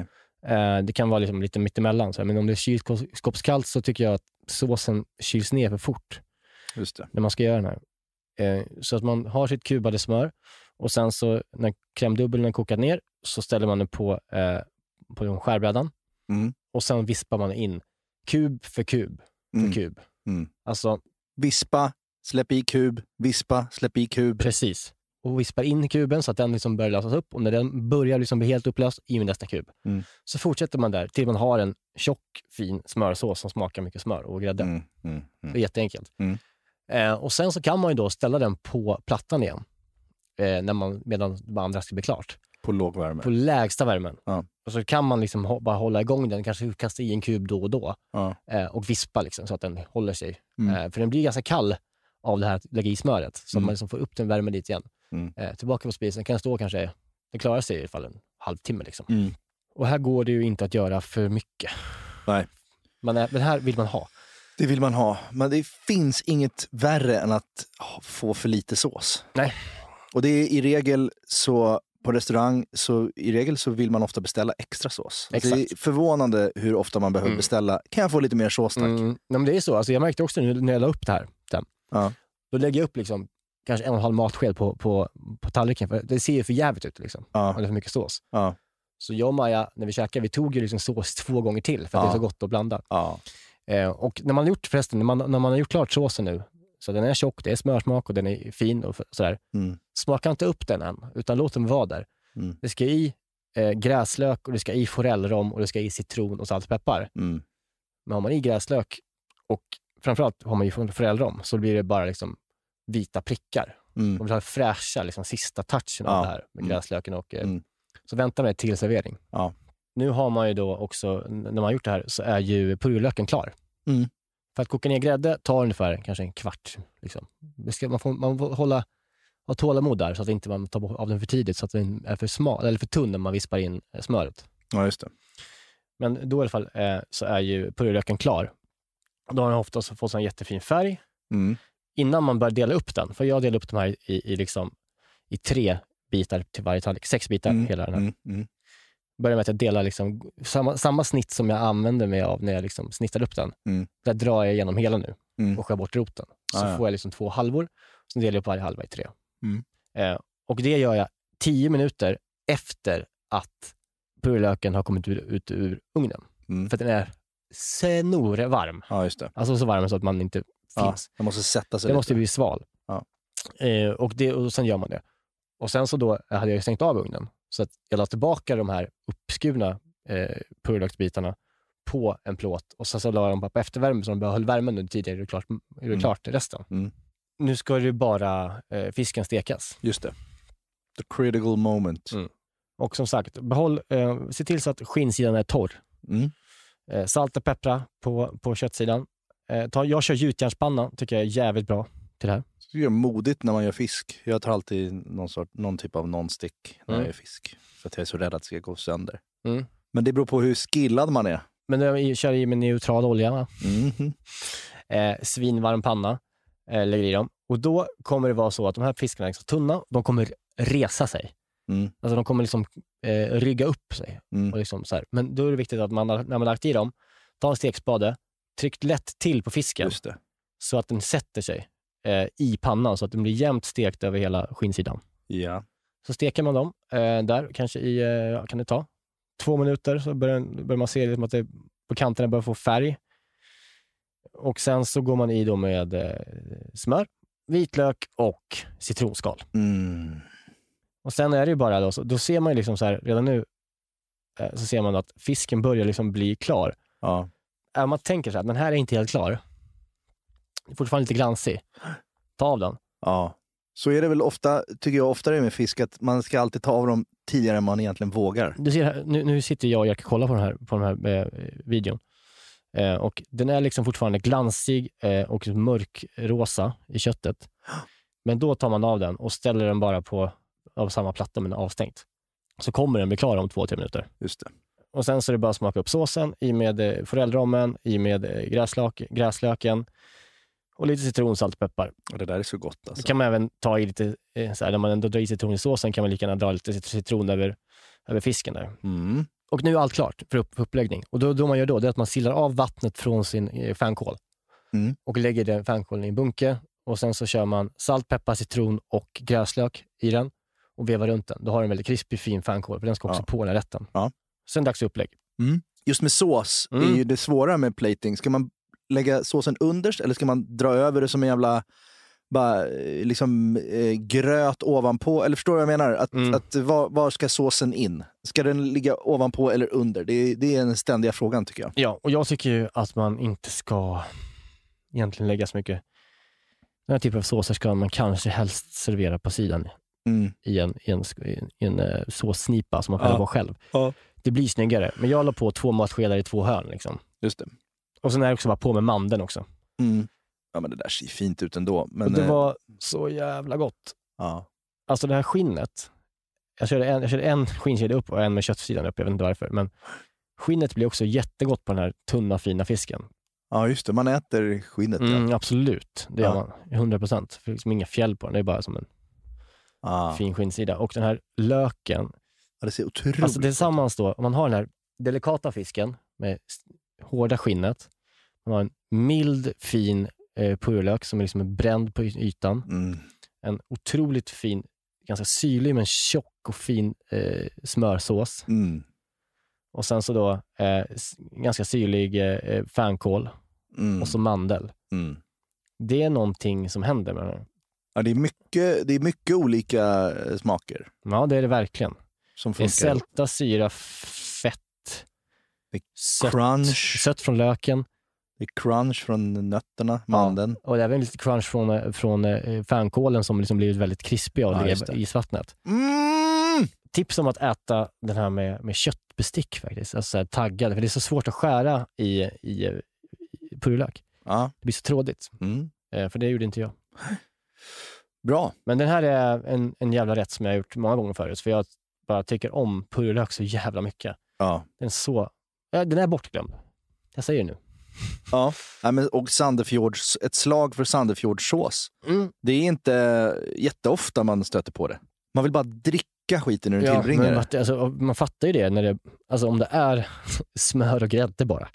Eh, det kan vara liksom lite mittemellan. Så här. Men om det är kylskåpskallt så tycker jag att såsen kyls ner för fort. Just det. När man ska göra den här. Eh, så att man har sitt kubade smör och sen så när krämdubbeln är kokat ner så ställer man den på, eh, på skärbrädan mm. och sen vispar man in kub för kub för mm. kub. Mm. Alltså vispa, släpp i kub, vispa, släpp i kub. Precis. Och vispar in kuben så att den liksom börjar lösas upp och när den börjar liksom bli helt upplöst i med nästa kub. Mm. Så fortsätter man där till man har en tjock, fin smörsås som smakar mycket smör och grädde. Mm. Mm. Mm. Det är jätteenkelt. Mm. Eh, och sen så kan man ju då ställa den på plattan igen eh, när man, medan det andra ska bli klart. På låg värme. På lägsta värmen. Ja. Och så kan man liksom ho- bara hålla igång den, kanske kasta i en kub då och då Ja. eh, och vispa liksom, så att den håller sig. Mm. Eh, för den blir ganska kall av det här att lägga i smöret. Så Mm. att man liksom får upp den värmen dit igen. Mm. Eh, tillbaka på spisen kan stå kanske, det klarar sig i alla fall en halvtimme. Liksom. Mm. Och här går det ju inte att göra för mycket. Nej. Man är, men här vill man ha. Det vill man ha. Men det finns inget värre än att få för lite sås. Nej. Och det är i regel så, på restaurang, så i regel så vill man ofta beställa extra sås. Exakt. Det är förvånande hur ofta man behöver Mm. beställa. Kan jag få lite mer sås, tack? Mm. Nej, men det är så. Alltså, jag märkte också nu när jag la upp det här. Den. Ja. Då lägger jag upp liksom, kanske en och en halv matsked på, på, på tallriken. För det ser ju för jävligt ut. Liksom. Ja. Och det är för mycket sås. Ja. Så jag och Maja, när vi käkade, vi tog ju liksom sås två gånger till. För att Ja. det är så gott att blanda. Ja. Eh, och när man har gjort förresten, när man, när man har gjort klart såsen nu. Så den är tjock, det är smörsmak och den är fin och sådär. Mm. Smaka inte upp den än, utan låt den vara där. Mm. Det ska i eh, gräslök och det ska i forellrom och det ska i citron och salt och peppar. Mm. Men har man i gräslök och framförallt har man ju forellrom så blir det bara liksom vita prickar. Mm. Och vill ha fräscha liksom, sista touchen Ja. av det här med Mm. gräslöken. Och, eh, Mm. Så vänta med till servering. Ja. Nu har man ju då också, när man har gjort det här så är ju purjolöken klar. Mm. För att koka ner grädde tar ungefär kanske en kvart. Liksom. Det ska, man, får, man får hålla ha tålamod där så att inte man tar bort av den för tidigt så att den är för smal eller för tunn när man vispar in eh, smöret. Ja, just det. Men då i alla fall eh, så är ju purjolöken klar. Då har den ofta fått en jättefin färg. Mm. Innan man börjar dela upp den, för jag delar upp de här i, i, liksom, i tre bitar till varje tallrik, sex bitar Mm. hela den här. Mm. Mm. Börjar med att jag delar liksom, samma, samma snitt som jag använde mig av när jag liksom snittade upp den. Mm. Där drar jag igenom hela nu Mm. och skär bort roten. Så Ah, ja. får jag liksom två halvor, så delar jag upp varje halva i tre. Mm. Eh, och det gör jag tio minuter efter att purjolöken har kommit ut, ut ur ugnen. Mm. För att den är snorvarm. Ja, just det. Alltså så varm så att man inte Ja, finns. den måste sätta sig Den lite. måste bli sval. Ja. Eh, och, det, och sen gör man det. Och sen så då hade jag stängt av ugnen. Så att jag la tillbaka de här uppskurna eh, purjolöksbitarna på en plåt. Och sen så la jag dem bara på eftervärme så de behöll värmen under tidigare. Är det klart, är det Mm. klart resten. Mm. Nu ska det bara eh, fisken stekas. Just det. The critical moment. Mm. Och som sagt, behåll, eh, se till så att skinnsidan är torr. Mm. Eh, salt och peppra på, på köttsidan. Eh, ta, jag kör gjutjärnspanna, tycker jag är jävligt bra till det här. Det är modigt när man gör fisk. Jag tar alltid någon, sort, någon typ av non-stick när Mm. jag gör fisk. För att jag är så rädd att det ska gå sönder. Mm. Men det beror på hur skillad man är. Men jag kör i med neutral olja. Va? Mm. Eh, svinvarm panna. Eh, lägger i dem. Och då kommer det vara så att de här fiskarna är så tunna. De kommer resa sig. Mm. Alltså de kommer liksom eh, rygga upp sig. Mm. Och liksom så här. Men då är det viktigt att man, när man lagt i dem, ta en stekspade, tryck lätt till på fisken. Just det. Så att den sätter sig eh, i pannan så att den blir jämnt stekt över hela skinnsidan. Ja. Så steker man dem eh, där, kanske i, eh, kan det ta två minuter, så börjar, börjar man se liksom att det på kanterna börjar få färg. Och sen så går man i då med eh, smör, vitlök och citronskal. Mm. Och sen är det ju bara då, så, då ser man ju liksom så här, redan nu eh, så ser man att fisken börjar liksom bli klar. Ja. Äh, man tänker så här, den här är inte helt klar. Den är fortfarande lite glansig. Ta av den. Ja. Så är det väl ofta, tycker jag oftare med fisk, att man ska alltid ta av dem tidigare än man egentligen vågar. Du ser här, nu, nu sitter jag och jag kan kolla på den här, på den här eh, videon. Eh, och den är liksom fortfarande glansig eh, och mörkrosa i köttet. Men då tar man av den och ställer den bara på av samma platta men avstängt. Så kommer den bli klar om två, tre minuter. Just det. Och sen så är det bara att smaka upp såsen i med eh, forellrommen, i med eh, gräslök, gräslöken och lite citron, salt och peppar. Och det där är så gott alltså. Det kan man även ta i lite, eh, så här, när man ändå drar i citron i såsen kan man lika gärna dra lite citron över, över fisken där. Mm. Och nu är allt klart för, upp, för uppläggning. Och då, då man gör då, det är att man silar av vattnet från sin eh, fänkål. Mm. Och lägger den fänkålen i en bunke. Och sen så kör man salt, peppar, citron och gräslök i den. Och vevar runt den. Då har du en väldigt krispig, fin fänkål. För den ska också ja. på den här rätten. Ja. Sen dags för upplägg. Mm. Just med sås mm. är ju det svåra med plating. Ska man lägga såsen underst eller ska man dra över det som en jävla bara, liksom, eh, gröt ovanpå? Eller förstår du vad jag menar? Att, mm. att, var, var ska såsen in? Ska den ligga ovanpå eller under? Det, det är den ständiga frågan tycker jag. Ja, och jag tycker ju att man inte ska egentligen lägga så mycket. Den här typen av såser ska man kanske helst servera på sidan mm. i en, i en, i en uh, såssnipa som man kan ja. vara själv. Ja. Det blir snyggare. Men jag la på två matskedar i två hörn. Liksom. Just det. Och sen är det också bara på med mandeln också. Mm. Ja, men det där ser fint ut ändå. Men, och det var så jävla gott. Ja. Alltså det här skinnet. Jag körde en, jag körde en skinnkedja upp och en med köttsidan upp. Jag vet inte varför. Men skinnet blir också jättegott på den här tunna, fina fisken. Ja, just det. Man äter skinnet. Mm, ja. Absolut. Det gör ja. man. hundra procent. För liksom inga fjäll på den. Det är bara som en ah. fin skinnsida. Och den här löken. Ja, det ser otroligt. Alltså tillsammans då. Om man har den här delikata fisken med hårda skinnet. Man har en mild, fin eh, purjolök som är liksom bränd på ytan. Mm. En otroligt fin, ganska syrlig men tjock och fin eh, smörsås. Mm. Och sen så då eh, ganska syrlig eh, fänkål. Mm. Och så mandel. Mm. Det är någonting som händer med det. Ja, det är mycket, det är mycket olika smaker. Ja, det är det verkligen. Som det är sälta, syra, fett. Det är crunch. Sött, sött från löken. Det är crunch från nötterna, mandeln. Ja, och det är även lite crunch från, från eh, fänkålen som liksom blivit väldigt krispig av ja, det isvattnet. Mm! Tips om att äta den här med, med köttbestick faktiskt. Alltså så här, taggade, för det är så svårt att skära i, i, i purjolök. Ja. Det blir så trådigt. Mm. Eh, för det gjorde inte jag. Bra. Men den här är en, en jävla rätt som jag har gjort många gånger förut. För jag bara tycker om purjolök så jävla mycket. Ja. Den är så... Ja, den är bortglömd. Jag säger det nu. Ja, och Sandefjords, ett slag för Sandefjordsås. Mm. Det är inte jätteofta man stöter på det. Man vill bara dricka skiten ur en ja, tillbringare. Men, alltså, man fattar ju det, när det alltså, om det är smör och grädde bara.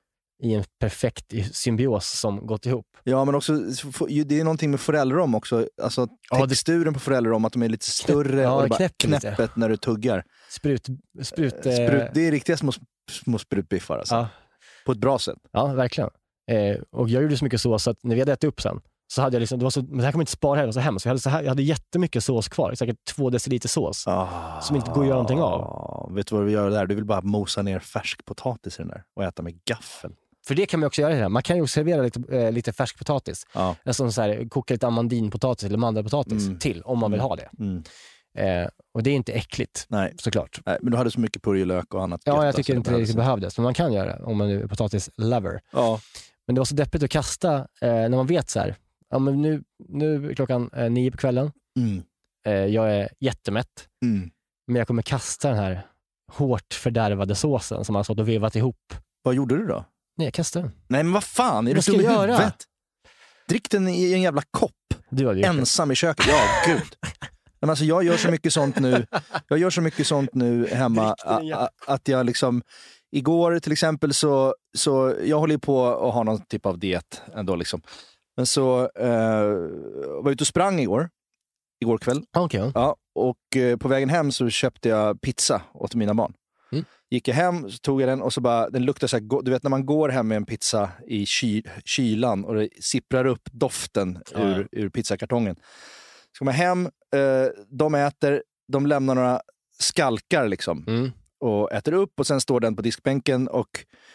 I en perfekt symbios som gått ihop. Ja, men också det är någonting med forellrom också. Alltså ja, texturen det... på forellrom, att de är lite större ja, och det bara knäpp knäppet lite. När du tuggar. Sprut, sprut, eh... sprut det är riktiga små, små sprutbiffar alltså. Ja. På ett bra sätt. Ja, verkligen. Eh, och jag gjorde så mycket sås så att när vi hade ätit upp sen så hade jag liksom, det var så, men det här kommer inte spara heller så hemskt. Så jag hade, så här, jag hade jättemycket sås kvar, säkert två deciliter sås ah, som inte går att göra någonting av. Vet du vad vi gör där? Du vill bara mosa ner färsk potatis i den där och äta med gaffel. För det kan man också göra här. Man kan ju servera lite, äh, lite färsk potatis. Ja. Alltså så här, koka lite amandinpotatis eller mandelpotatis mm. till om man vill ha det. Mm. Eh, och det är inte äckligt, nej. Såklart. Nej, men du hade så mycket purjolök och annat. Ja, jag tycker inte det riktigt behövdes. Men man kan göra det om man är potatis-lover. Ja. Men det var så deppigt att kasta eh, när man vet så här. Ja, men nu, nu är klockan eh, nio på kvällen. Mm. Eh, jag är jättemätt. Mm. Men jag kommer kasta den här hårt fördärvade såsen som man har och vevat ihop. Vad gjorde du då? Nej, jag kastade den. Nej, men vad fan? Är du dum i huvudet? Drick den i en jävla kopp. Du ensam i köket. Ja, gud. Men alltså, jag gör så mycket sånt nu. Jag gör så mycket sånt nu hemma a, att jag liksom... Igår till exempel så... så jag håller på att ha någon typ av diet ändå liksom. Men så eh, var ute och sprang igår. Igår kväll. Okay. Ja, och eh, på vägen hem så köpte jag pizza åt mina barn. Mm. Gick jag hem, så tog jag den och så bara, den luktar så här, du vet när man går hem med en pizza i ky, kylan och det sipprar upp doften ja. ur, ur pizzakartongen. Så kommer jag hem, eh, de äter, de lämnar några skalkar liksom mm. och äter upp och sen står den på diskbänken och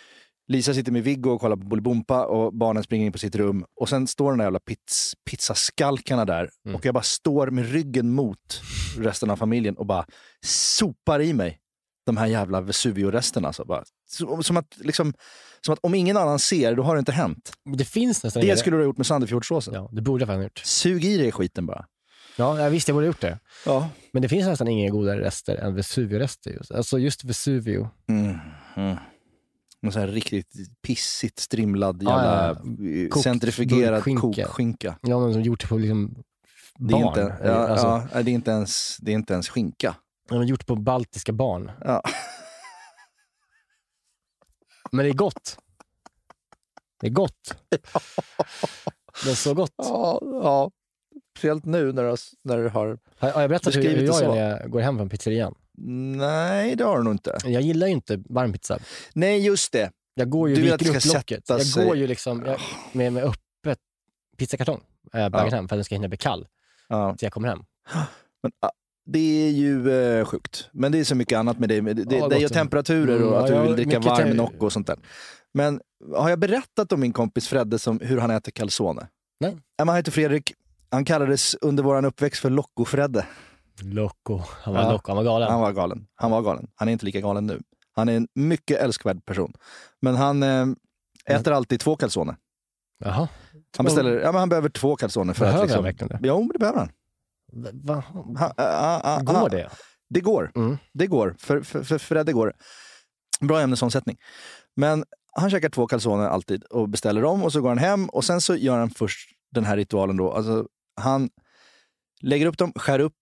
Lisa sitter med Viggo och kollar på Bolibompa och barnen springer in på sitt rum och sen står den där jävla pizz, pizzaskalkarna där mm. och jag bara står med ryggen mot resten av familjen och bara sopar i mig de här jävla Vesuvio-resterna alltså bara. Som att, liksom, som att om ingen annan ser, då har det inte hänt. Det finns nästan... Det skulle du ha gjort med Sandefjordsåsen. Ja, det borde jag ha gjort. Sug i dig skiten bara. Ja, jag visste jag borde ha gjort det. Ja. Men det finns nästan inga godare rester än Vesuvio-rester. Just. Alltså just Vesuvio. Mm. Mm. En sån här riktigt pissigt strimlad jävla ah, ja. Kok, centrifugerad kokskinka. Ja, men som gjort på liksom barn. Det är inte, ja, alltså, ja, det är inte ens, det är inte ens skinka. De har gjort på baltiska barn. Ja. Men det är gott. Det är gott. Det är så gott. Ja, ja. Speciellt nu när du, när du har... Har, har jag berättat hur, hur jag gör när jag går hem från pizzerian? Nej, det har du nog inte. Jag gillar ju inte varm pizza. Nej, just det. Jag går ju, du viker upp locket. Jag sig. går ju liksom jag, med, med öppet pizzakartong. Äh, baggat ja. hem för att den ska hinna bli kall. Ja. Så jag kommer hem. Men, det är ju eh, sjukt. Men det är så mycket annat med det. Det, det, ja, det är ju temperaturer och mm, att du vill dricka varm te- Nocco och sånt där. Men har jag berättat om min kompis Fredde som, hur han äter calzone? Nej. Han heter Fredrik. Han kallades under våran uppväxt för Loco-Fredde. Loco. Han var ja, loco. Han var galen. Han var galen. Han var galen. Han är inte lika galen nu. Han är en mycket älskvärd person. Men han eh, äter mm. alltid två calzone. Jaha. Han beställer, ja men han behöver två calzone för behöver att liksom... han verkligen det? Jo, det behöver han. Va? Ha, a, a, a, går det? Det går. Mm. Det går. För, för, för Fredde går det. Bra ämnesomsättning. Men han käkar två calzone alltid och beställer dem och så går han hem och sen så gör han först den här ritualen då. Alltså han lägger upp dem, skär upp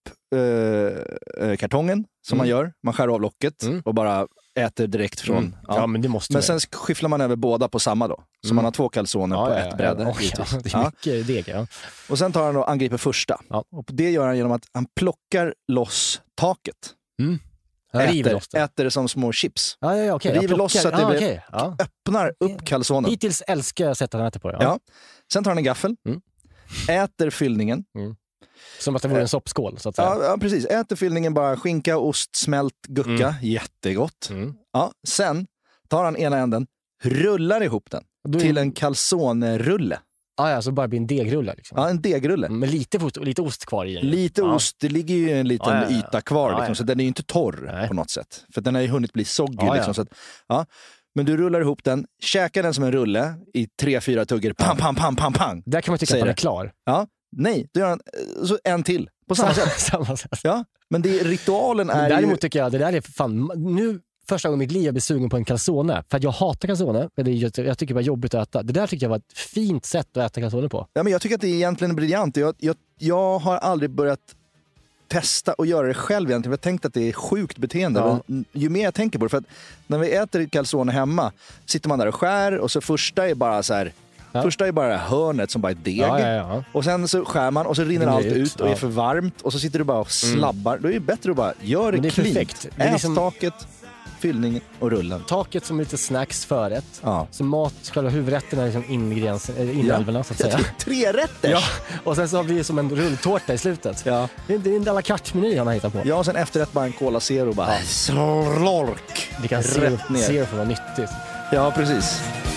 eh, kartongen som mm. man gör. Man skär av locket mm. och bara äter direkt från. Mm. Ja. Ja, men det måste men sen skifflar man över båda på samma då. Så mm. man har två calzone ja, på ja, ett bräde. Ja, ja. Oh, det är mycket deg, ja. Och sen tar han och angriper första. Ja. Och det gör han genom att han plockar loss taket. Mm. Äter, äter det som små chips. Ja, ja, okay. River loss så att det ah, blir, okay. ja. öppnar upp calzonen. Hittills älskar jag sättet han äter på det. Ja. Ja. Sen tar han en gaffel. Mm. Äter fyllningen. Mm. Som att det vore en soppskål, så att säga. Ja, ja, precis. Äter fyllningen bara skinka, ost, smält, gucka. Mm. Jättegott. Mm. Ja, sen tar han ena änden, rullar ihop den är... till en calzone-rulle. Ah, ja, så bara blir en degrulle. Liksom. Ja, en degrulle. Men lite, lite ost kvar i den. Lite ja. ost, det ligger ju en liten ah, ja, ja. yta kvar. Liksom, ah, ja. Så den är ju inte torr Nej. på något sätt. För den har ju hunnit bli soggig. Ah, liksom, ja. så att, ja. Men du rullar ihop den, käkar den som en rulle i tre, fyra tuggar. Pam, pam, pam, pam, pam. Där kan man tycka att den är klar. Ja. Nej, då gör han så en till. På samma sätt. samma sätt. Ja, men det, ritualen är men däremot ju... tycker jag, det där är fan... Nu... Första gången i mitt liv jag blir sugen på en calzone. För att jag hatar calzone. Jag tycker det var jobbigt att äta. Det där tycker jag var ett fint sätt att äta calzone på. Ja, men jag tycker att det är egentligen briljant. Jag, jag, jag har aldrig börjat testa och göra det själv egentligen. Jag har tänkt att det är sjukt beteende. Ja. Men ju mer jag tänker på det. För att när vi äter calzone hemma sitter man där och skär. Och så första är bara så här... Ja. Första är bara hörnet som bara är deg. Ja, ja, ja. Och sen så skär man och så rinner allt ut, ut och ja. är för varmt. Och så sitter du bara och slabbar. Mm. Då är det bättre att bara göra det, det är clean. Perfekt. Det är liksom... Ättaket, fyllningen och rullen. Taket som lite snacks förrätt. Ja. Så mat, själva huvudrätten är liksom inälvorna ja. så att säga. Tre rätter! Ja, och sen så har vi som en rulltårta i slutet. Ja. Det är en à la carte-meny han har hittat på. Ja, och sen efterrätt bara en Cola Zero bara. Ja. Slork! Vi kan se det för att vara nyttigt. Ja, precis.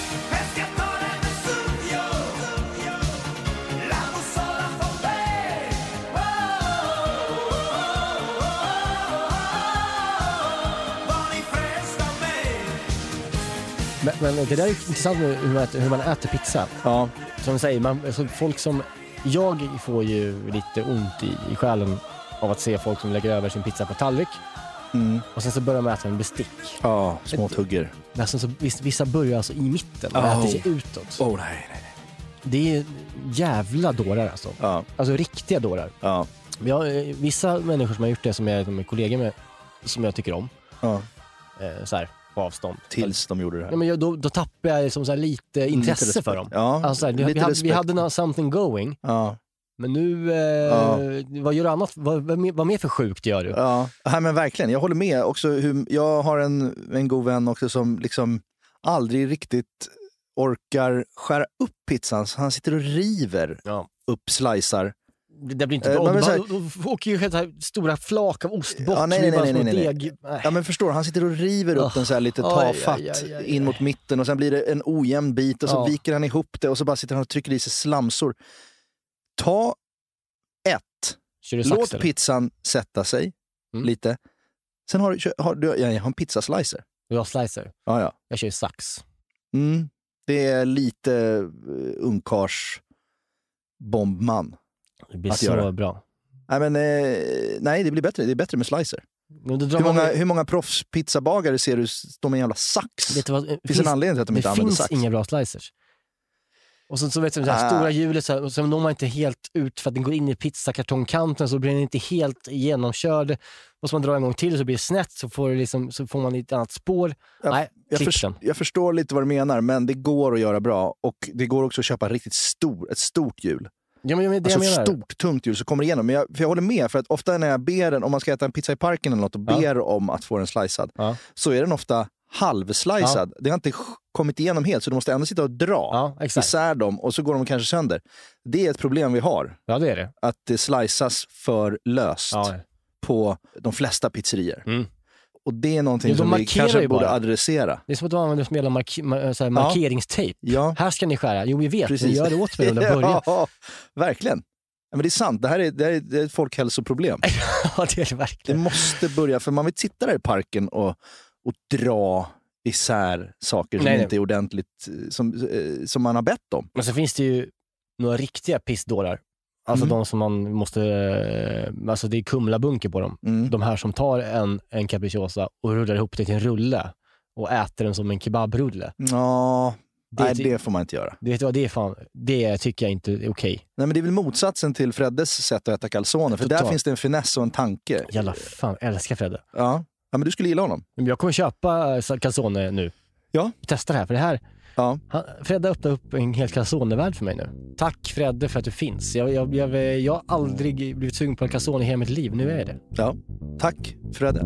Men, men det där är intressant med hur man äter, hur man äter pizza. Ja. Som du säger, man, alltså folk som... Jag får ju lite ont i, i själen av att se folk som lägger över sin pizza på tallrik. Mm. Och sen så börjar man äta en bestick. Ja, små tugger. Men sen så, vissa börjar alltså i mitten och oh. äter sig utåt. Oh, nej, nej, nej. Det är jävla dårar alltså. Ja. Alltså riktiga dårar. Ja. Vi har vissa människor som har gjort det som jag är kollegor med, som jag tycker om. Ja. Eh, så här. På avstånd. Tills de gjorde det här. Ja, men då, då tappade jag liksom så här lite intresse lite för dem. Ja, alltså så här, vi, hade, vi hade något, something going. Ja. Men nu, eh, ja. vad gör du annat? Vad, vad, vad mer för sjukt gör du? Ja, ja men verkligen. Jag håller med också. Hur, jag har en, en god vän också som liksom aldrig riktigt orkar skära upp pizzan. Så han sitter och river ja. upp slicer. Det blir inte bra. Eh, här... Då åker ju helt stora flak av ost bort. Ja, nej, nej, nej, nej, nej, nej. Deg. Ja, men förstår, han sitter och river upp oh. den så här lite tafatt aj, aj, aj, aj, aj. in mot mitten och sen blir det en ojämn bit och så ja. viker han ihop det och så bara sitter han och trycker i sig slamsor. Ta ett. Låt eller? pizzan sätta sig mm. lite. Sen har du, har du jag har en pizzaslicer. Du har slicer? Ja, ja. Jag kör sax. Mm. Det är lite uh, ungkars bombman. Det blir så göra. bra. Nej, men, eh, nej, det blir bättre. Det är bättre med slicer. Hur många, hur många proffspizzabagare ser du stå med en jävla sax? Vet du vad, finns, finns en anledning till att de inte använder sax. Det finns inga bra slicers. Och så, så vet du, det här Ah. stora hjulet så, här, så når man inte helt ut för att den går in i pizzakartongkanten, så blir den inte helt genomkörd. Och så man drar en gång till så blir det snett, så får, det liksom, så får man ett annat spår. Jag, Nej, jag, klipp för, den. jag förstår lite vad du menar, men det går att göra bra. Och det går också att köpa riktigt stor, ett stort hjul. Ja, men det Alltså jag ett menar. stort, tungt hjul så kommer det igenom. Men jag, för jag håller med, för att ofta när jag ber en, om man ska äta en pizza i parken eller något och ber Ja. om att få den slicead, Ja. så är den ofta halvslicead. Det har inte kommit igenom helt, så du måste ändå sitta och dra Ja, exakt. isär dem och så går de kanske sönder. Det är ett problem vi har, Ja, det är det. att det sliceas för löst Ja. på de flesta pizzerier. Mm. Och det är någonting Jo, de som vi markerar kanske ju borde bara. adressera. Det är som att de använder som jävla mark- mar- så här markeringstejp. Ja. Här ska ni skära. Jo, vi vet. Precis. Vi gör det åt mig under början. Ja, verkligen. Ja, men det är sant, det här är, det här är, det är ett folkhälsoproblem. Ja, det är det Det verkligen. måste börja, för man vill sitta där i parken och, och dra isär saker som Nej, nej. inte är ordentligt, som, eh, som man har bett om. Men så finns det ju några riktiga pissdårar. Alltså Mm. de som man måste, eh, alltså det är kumlabunker på dem. Mm. De här som tar en, en capricciosa och rullar ihop det till en rulle och äter den som en kebabrulle. Ja, Det- nej, det får man inte göra. Det, vet du vad, det är fan, det tycker jag inte är okej. Nej, men det är väl motsatsen till Freddes sätt att äta calzone, för Totalt. där finns det en finess och en tanke. Jävla fan, älskar Fredde. Ja. Ja, men du skulle gilla honom. Men jag kommer köpa calzone nu. Ja. Testa det här, för det här, Ja. han, Fredde öppnar upp en hel calzone-värld för mig nu. Tack Fredde för att du finns. Jag, jag, jag, jag har aldrig blivit sugen på en calzone i hela mitt liv, nu är det. Ja. Tack, Fredde.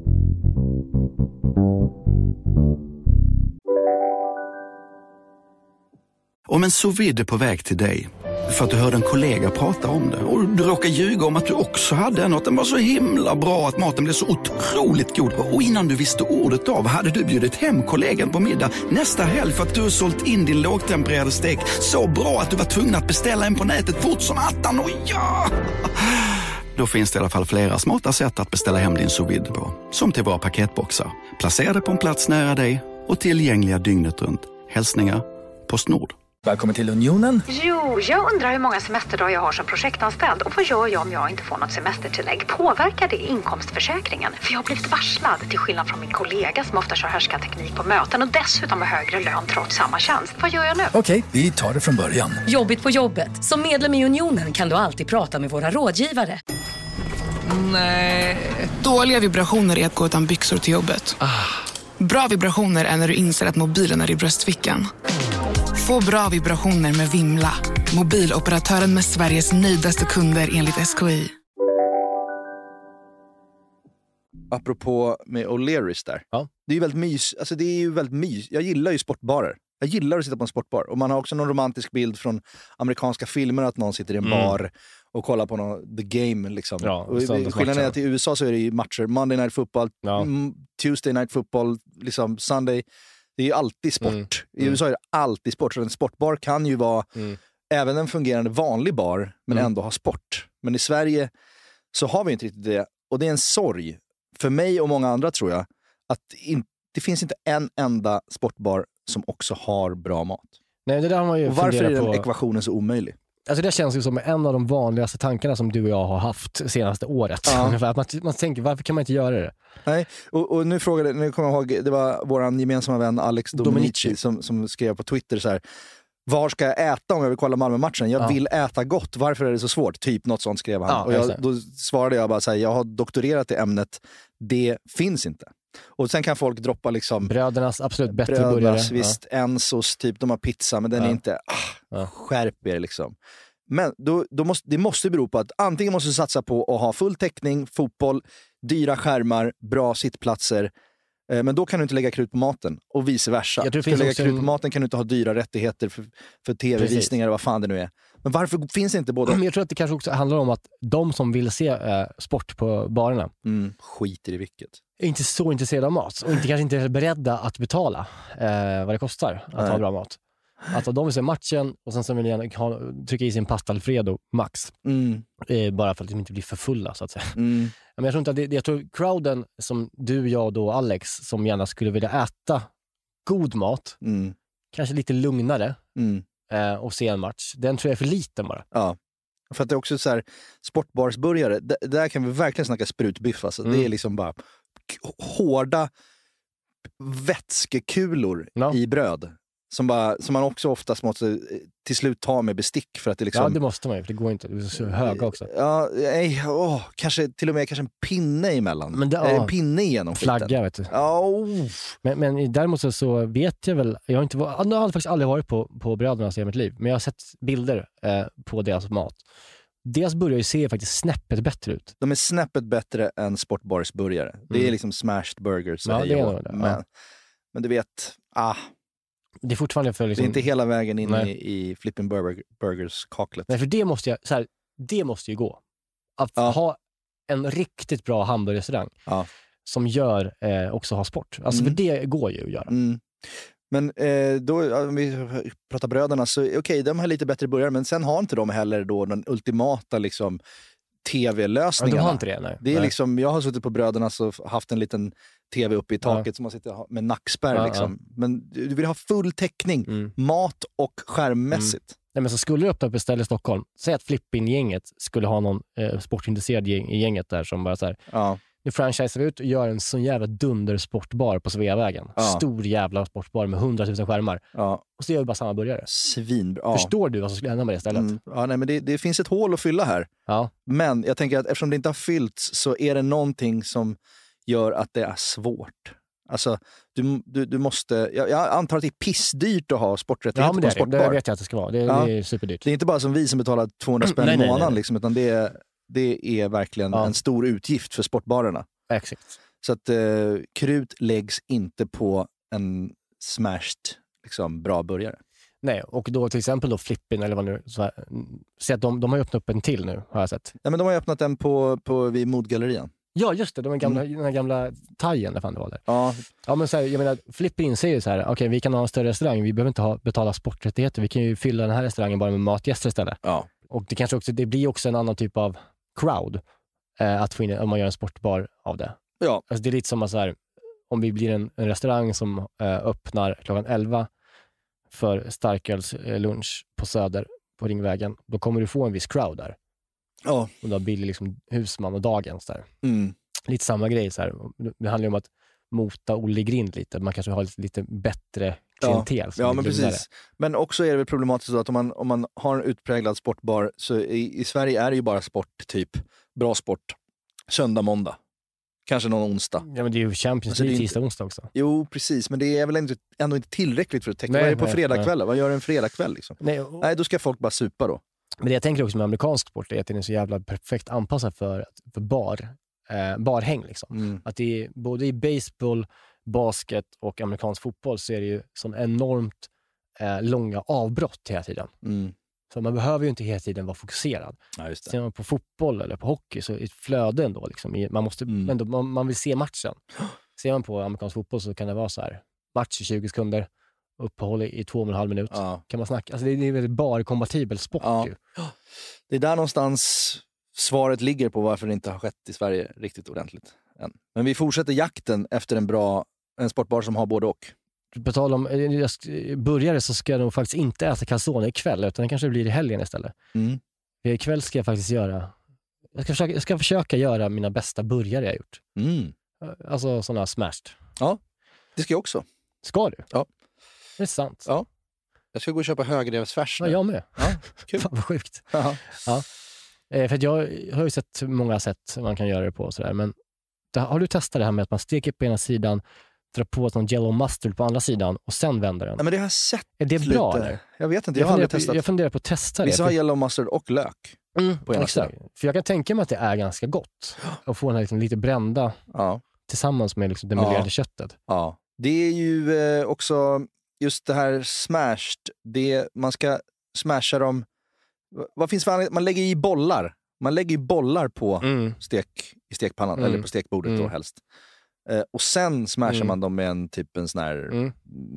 Om en sous vide är på väg till dig för att du hörde en kollega prata om det och du råkar ljuga om att du också hade en och att den var så himla bra att maten blev så otroligt god, och innan du visste ordet av hade du bjudit hem kollegan på middag nästa helg för att du har sålt in din lågtempererade stek så bra att du var tvungen att beställa en på nätet fort som attan. Och ja! Då finns det i alla fall flera smarta sätt att beställa hem din sous vide på. Som till våra paketboxar, placerade på en plats nära dig och tillgängliga dygnet runt. Hälsningar Postnord. Välkommen till Unionen. Jo, jag undrar hur många semesterdagar jag har som projektanställd och vad gör jag om jag inte får något semestertillägg? Påverkar det inkomstförsäkringen? För jag har blivit varslad, till skillnad från min kollega som ofta kör härskarteknik på möten och dessutom har högre lön trots samma tjänst. Vad gör jag nu? Okej, vi tar det från början. Jobbigt på jobbet. Som medlem i Unionen kan du alltid prata med våra rådgivare. Nej. Dåliga vibrationer är att gå utan byxor till jobbet. Ah. Bra vibrationer är när du inser att mobilen är i bröstfickan. Få bra vibrationer med Vimla. Mobiloperatören med Sveriges nöjdaste kunder enligt S K I. Apropå med O'Learys där. Ja. Det är ju väldigt mys. Alltså det är ju väldigt mys. Jag gillar ju sportbarer. Jag gillar att sitta på en sportbar. Och man har också någon romantisk bild från amerikanska filmer att någon sitter i en Mm. bar och kollar på någon, the game liksom. Ja, och skillnaden är att i U S A så är det ju matcher. Monday Night Football, Ja. mm, Tuesday Night Football, liksom Sunday. Det är ju alltid sport. Mm. I U S A är det alltid sport. Så en sportbar kan ju vara Mm. även en fungerande vanlig bar, men Mm. ändå ha sport. Men i Sverige så har vi inte riktigt det. Och det är en sorg för mig och många andra, tror jag, att in, det finns inte en enda sportbar som också har bra mat. Nej, det där har man ju Och varför är funderat den på. ekvationen så omöjlig? Alltså det känns ju som en av de vanligaste tankarna som du och jag har haft senaste året. Ja. Ungefär. Att man, man tänker, varför kan man inte göra det? Nej, och, och nu frågade, nu kommer jag ihåg, det var vår gemensamma vän Alex Dominici, Dominici. Som, som skrev på Twitter så här: var ska jag äta om jag vill kolla Malmö-matchen? Jag Ja. vill äta gott, varför är det så svårt? Typ något sånt skrev han. Ja, och jag, exakt. då svarade jag bara så här: jag har doktorerat i ämnet, det finns inte. Och sen kan folk droppa liksom Brödernas absolut bättre Brödas, burgare. visst, Ensos, typ, de har pizza, men den Ja. är inte, ah, Ja. skärp er liksom. Men då, då måste, det måste bero på att antingen måste du satsa på att ha full täckning, fotboll, dyra skärmar, bra sittplatser. Eh, men då kan du inte lägga krut på maten och vice versa. Jag tror det Ska du finns lägga också krut en- på maten kan du inte ha dyra rättigheter för, för tv-visningar och vad fan det nu är. Men varför finns det inte både? Men jag tror att det kanske också handlar om att de som vill se eh, sport på barerna Mm, skiter i vilket. är inte så intresserade av mat och inte, kanske inte är beredda att betala eh, vad det kostar att Nej. ha bra mat. Att de vill se matchen och sen så vill de ha, trycka i sin pasta Alfredo max. Mm, Eh, bara för att de inte blir för fulla så att säga. mm, Men jag tror inte att det, jag tror crowden som du, jag och Alex som gärna skulle vilja äta god mat, mm, kanske lite lugnare mm. eh, och se en match. Den tror jag är för liten bara. Ja. För att det är också så här, sportbarsburgare, d- där kan vi verkligen snacka sprutbiff. Alltså. Mm. Det är liksom bara k- hårda vätskekulor Ja. i bröd Som, bara, som man också oftast måste till slut ta med bestick för att det liksom... Ja, det måste man ju, för det går inte. Det är så höga också. Ja, nej, åh, kanske till och med kanske en pinne emellan. Men det, ja, en pinne igenom flagga, skiten. Vet du. Oh. Men, men däremot så, så vet jag väl, jag har, inte, jag har faktiskt aldrig varit på, på Brödernas i mitt liv, men jag har sett bilder eh, på deras mat. Deras burgare ser faktiskt snäppet bättre ut. De är snäppet bättre än Sportbars burgare. Mm. Det är liksom smashed burgers. Ja, det är det, men, ja. men du vet, ah... Det är fortfarande för liksom... Det är inte hela vägen in i, i Flippin' Burger, Burgers kaklet. Nej, för det måste jag, så här, det måste ju gå. Att ja. ha en riktigt bra hamburgerrestaurang ja. som gör eh, också ha sport. Alltså mm. för det går ju att göra. Mm. Men eh, då, om vi pratar bröderna, så okej, okay, de har lite bättre burgare, men sen har inte de heller då den ultimata liksom tv-lösningarna. Ja, de har inte det, nej. Det är nej. liksom, jag har suttit på bröderna och haft en liten tv uppe i taket ja. som man sitter med nackspärr ja, liksom. Ja. Men du vill ha full täckning, mm. mat och skärmmässigt. Mm. Nej, men så skulle du öppna upp ett ställe i Stockholm, säg att Flippin-gänget skulle ha någon eh, sportintresserad gäng, i gänget där som bara så här, ja. nu franchisar vi ut och gör en sån jävla dundersportbar på Sveavägen. Ja. Stor jävla sportbar med hundratusen skärmar. Ja. Och så gör vi bara samma burgare. Svinbra. Ja. Förstår du vad som skulle hända med det stället? Mm. Ja, nej, men det, det finns ett hål att fylla här. Ja. Men jag tänker att eftersom det inte har fyllts så är det någonting som gör att det är svårt. Alltså, du, du, du måste... Jag, jag antar att det är pissdyrt att ha sporträttigheter ja, men på det, sportbar. Det vet jag att det ska vara. Det, ja. det är superdyrt. Det är inte bara som vi som betalar tvåhundra spänn i månaden, liksom, utan det är, det är verkligen ja. en stor utgift för sportbarerna. Exakt. Så att eh, krut läggs inte på en smashed, liksom, bra burgare. Nej, och då till exempel då Flippin eller vad nu, så här, så att de, de har ju öppnat upp en till nu, har jag sett. Ja, men de har ju öppnat den på, på vid Modgallerian. Ja, just det, de gamla, mm. den här gamla tajen, där fan det var där. Ja. Ja, men så här, jag menar, Flippin säger ju så här, okej, okay, vi kan ha en större restaurang, vi behöver inte ha, betala sporträttigheter, vi kan ju fylla den här restaurangen bara med matgäster istället. Ja. Och det kanske också, det blir också en annan typ av crowd eh, att få in, om man gör en sportbar av det. Ja. Alltså det är lite som att så här, om vi blir en, en restaurang som eh, öppnar klockan elva för starkölslunch på Söder på Ringvägen, då kommer du få en viss crowd där. Ja. Och då blir det liksom Husman och Dagens där. Mm. Lite samma grej så här. Det handlar ju om att mota Olle Grind lite. Man kanske har lite, lite bättre klientel. Ja, ja men precis. Men också är det väl problematiskt att om man, om man har en utpräglad sportbar, så i, i Sverige är det ju bara sport, typ bra sport. Söndag, måndag. Kanske någon onsdag. Ja, men det är ju Champions alltså, League tisdag, onsdag också. Jo, precis. Men det är väl ändå, ändå inte tillräckligt för att täcka. Vad är det på fredagkvällar? Vad gör en fredagkväll liksom? Nej, och... nej, då ska folk bara supa då. Men det jag tänker också med amerikansk sport är att den är så jävla perfekt anpassad för, för bar, eh, barhäng. Liksom. Mm. Att det är, både i baseball, basket och amerikansk fotboll så är det ju sån enormt eh, långa avbrott hela tiden. Mm. Så man behöver ju inte hela tiden vara fokuserad. Ja, just det. Ser man på fotboll eller på hockey så är det ett flöde ändå. Liksom. Man, måste, mm. ändå, man, man vill se matchen. Ser man på amerikansk fotboll så kan det vara så här, match i tjugo sekunder, uppehåll i två och en halv minut. Ja. Kan man snacka. Alltså det är en bara kompatibel sport. Ja. Ju. Det är där någonstans svaret ligger på varför det inte har skett i Sverige riktigt ordentligt än. Men vi fortsätter jakten efter en bra en sportbar som har både och. På tal om börjare så ska jag nog faktiskt inte äta calzone ikväll, utan det kanske blir i helgen istället. Mm. Ikväll ska jag faktiskt göra jag ska, försöka, jag ska försöka göra mina bästa burgare jag gjort. Mm. Alltså sådana smashed. Ja, det ska jag också. Ska du? Ja. Det är sant. Ja. Jag ska gå och köpa högrevsfärs nu. Ja, jag med. Ja, kul. Fan vad sjukt. Ja. Ja. Eh, för jag har ju sett många sätt man kan göra det på och sådär, men där, har du testat det här med att man steker på ena sidan, drar på någon yellow mustard på andra sidan och sen vänder den? Nej, men det har jag sett. Är det lite. bra eller? Jag vet inte, jag, jag har aldrig på, testat. Jag funderar på att testa det. Vissa har yellow mustard och lök mm, på ena exakt. sidan. För jag kan tänka mig att det är ganska gott att få den här liksom lite brända ja. tillsammans med liksom det melerade ja. köttet. Ja. Det är ju eh, också just det här smashed, det, man ska smasha dem. Vad finns för, man lägger i bollar. Man lägger i bollar på mm. stek, i stekpannan, mm. eller på stekbordet mm. då helst. Eh, och sen smashar mm. man dem med en typ en sån här mm.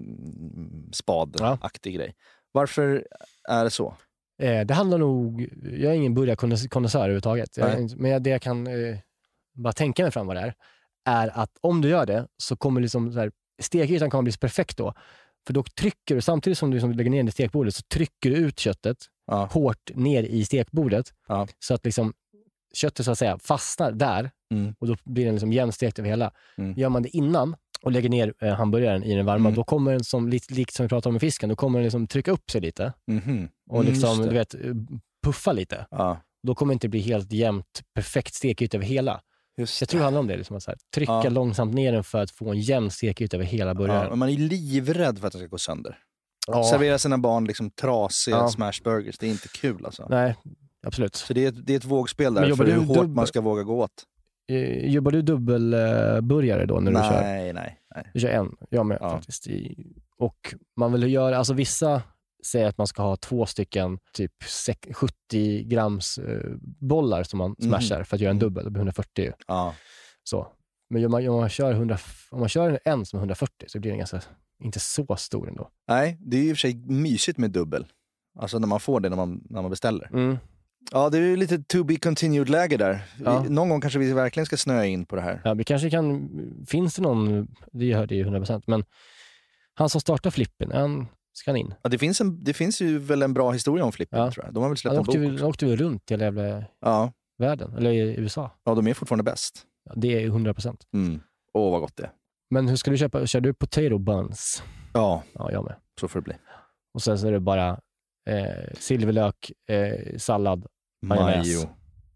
spadaktig ja. grej. Varför är det så? Eh, det handlar nog, jag är ingen burgarkonnässör överhuvudtaget. Jag, men det jag kan eh, bara tänka mig fram vad det är, är att om du gör det så kommer liksom så här, stekytan kommer bli så perfekt då. För då trycker du, samtidigt som du som lägger ner den i stekbordet, så trycker du ut köttet ja. hårt ner i stekbordet. Ja. Så att liksom köttet så att säga fastnar där. Mm. Och då blir den liksom jämnstekt över hela. Mm. Gör man det innan och lägger ner eh, hamburgaren i den varma, mm. då kommer den som lite likt som vi pratade om med fisken, då kommer den liksom trycka upp sig lite. Mm-hmm. Och liksom, du vet, puffa lite. Ja. Då kommer det inte bli helt jämnt, perfekt stekyta över hela. Just jag tror det handlar om det. Liksom, att så här, trycka ja. långsamt ner den för att få en jämn stekyta över hela burgaren. Ja, men man är livrädd för att det ska gå sönder. Ja. Servera sina barn liksom trasiga ja. smashburgers, det är inte kul alltså. Nej, absolut. Så det är ett, det är ett vågspel där för hur hårt dubbel... man ska våga gå åt. Jobbar du dubbelburgare då när nej, du kör? Nej, nej. Du kör en, jag med ja. faktiskt. Och man vill göra, alltså vissa säger att man ska ha två stycken typ sjuttio grams bollar som man smashar mm. för att göra en dubbel, det blir hundrafyrtio. Ja. Så. Men om man, om man kör hundra, om man kör en som är hundrafyrtio så blir den ganska, inte så stor ändå. Nej, det är ju i och för sig mysigt med dubbel. Alltså när man får det när man, när man beställer. Mm. Ja, det är ju lite to be continued läge där. Ja. Vi, någon gång kanske vi verkligen ska snöa in på det här. Ja, vi kanske kan, finns det någon, det gör det ju hundra procent, men han som startar Flippen, han ska han in. Ja, det finns, en, det finns ju väl en bra historia om Flippen, ja. tror jag. De har väl släppt ja, en bok vi, också. De åkte väl runt i hela jävla ja. världen, eller i U S A. Ja, de är fortfarande bäst. Ja, det är hundra procent. Mm. Åh, vad gott det är. Men hur ska du köpa? Kör du potato buns? Ja, ja jag med. Så får det bli. Och sen så är det bara eh, silverlök, eh, sallad, majo,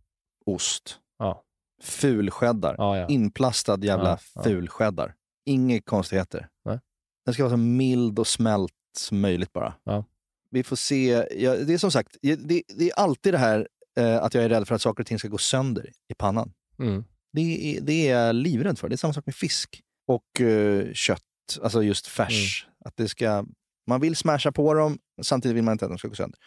ost, ja. fulskäddar, ja, ja. inplastad jävla ja, ja. fulskäddar. Inga konstigheter. Nej. Den ska vara så mild och smält som möjligt bara. Ja. Vi får se. Ja, det är som sagt, det, det är alltid det här eh, att jag är rädd för att saker och ting ska gå sönder i pannan. Mm. Det, är, det är jag livrädd för. Det är samma sak med fisk och eh, kött. Alltså just färs. Mm. Att det ska, man vill smasha på dem, samtidigt vill man inte att de ska gå sönder.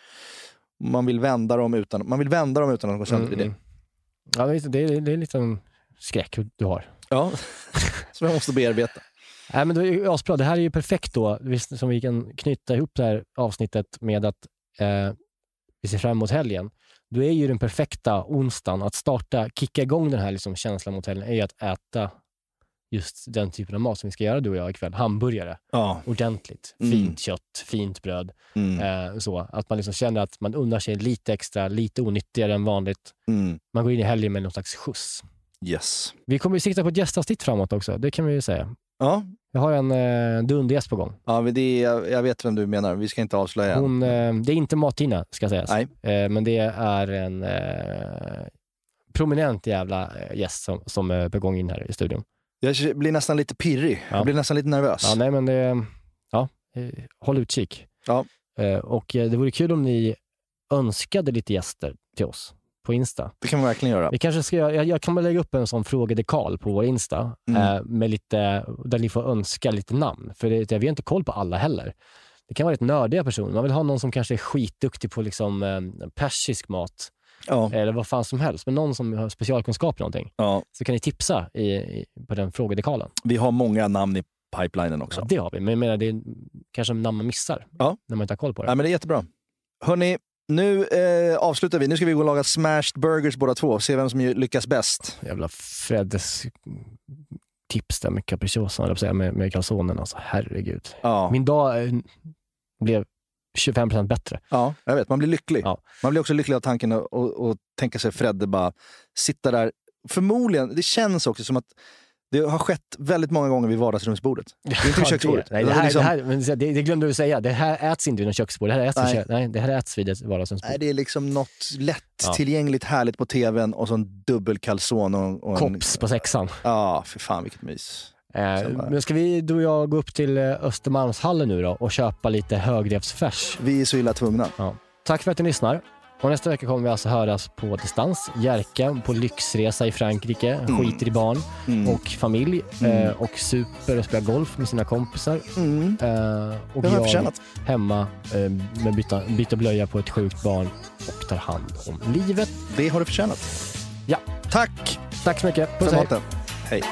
Man vill vända dem utan, man vill vända dem utan att de går sönder. Mm. Det. Ja, det är, det, är, det är lite en skräck du har. Ja, som jag måste bearbeta. Nej, men det är asbra. Det här är ju perfekt då, som vi kan knyta ihop det här avsnittet med att eh, vi ser fram emot helgen. Då är ju den perfekta onsdagen att starta, kicka igång den här liksom känslan mot helgen, är ju att äta just den typen av mat som vi ska göra du och jag ikväll. Hamburgare. Ja. Ordentligt. Fint mm. kött, fint bröd. Mm. Eh, så. Att man liksom känner att man unnar sig lite extra, lite onyttigare än vanligt. Mm. Man går in i helgen med någon slags skjuts. Yes. Vi kommer ju sikta på ett gästavsnitt framåt också, det kan vi ju säga. Ja. Jag har en eh, dundergäst på gång. Ja, men det är, jag, jag vet vem du menar. Vi ska inte avslöja. Hon, eh, det är inte Martina, ska sägas. Nej. Eh, men det är en eh, prominent jävla gäst som, som är på gång in här i studion. Jag blir nästan lite pirrig. Ja. Jag blir nästan lite nervös. Ja, nej, men det, ja, håll utkik. Ja. Eh, och det vore kul om ni önskade lite gäster till oss på Insta. Det kan man verkligen göra. Vi kanske ska, jag, jag kan bara lägga upp en sån frågedekal på vår Insta mm. eh, med lite, där ni får önska lite namn. För det, vi har inte koll på alla heller. Det kan vara ett nördiga personer. Man vill ha någon som kanske är skitduktig på liksom, eh, persisk mat. Ja. Eller vad fan som helst. Men någon som har specialkunskap i någonting. Ja. Så kan ni tipsa i, i, på den frågedekalen. Vi har många namn i pipelinen också. Ja, det har vi. Men jag menar, det är kanske namn man missar. Ja. När man inte har koll på det. Ja, men det är jättebra. Hörrni, nu eh, avslutar vi. Nu ska vi gå och laga smashed burgers båda två. Se vem som lyckas bäst. Jävla Freddes tips där med capricciosa, med, med calzonen. Alltså, herregud. Ja. Min dag eh, blev tjugofem procent bättre. Ja, jag vet. Man blir lycklig. Ja. Man blir också lycklig av tanken och, och, och tänka sig Fredde bara sitta där. Förmodligen, det känns också som att det har skett väldigt många gånger vid vardagsrumsbordet. Det är inte vid köksbordet. Nej, det, här, liksom... det, här, men det, det glömde du säga. Det här äts inte vid någon köksbord. Det här äts, nej. Kö- nej, det här äts vid ett vardagsrumsbord. Nej, det är liksom något lätt, ja. tillgängligt, härligt på tvn och så en dubbel calzone och, och Kops en... på sexan. Ja, för fan vilket mys. Eh, men ska vi, du och jag, gå upp till Östermalmshallen nu då och köpa lite högrevsfärs? Vi är så illa tvungna. Ja. Tack för att ni lyssnar. Och nästa vecka kommer vi alltså höras på distans. Jerka på lyxresa i Frankrike, mm. skiter i barn mm. och familj mm. eh, och super och spelar golf med sina kompisar. Mm. Eh, och jag förtjänat. hemma eh, med byta, byta blöja på ett sjukt barn och tar hand om livet. Det har du förtjänat. Ja. Tack! Tack så mycket. Puss, hej. Hej.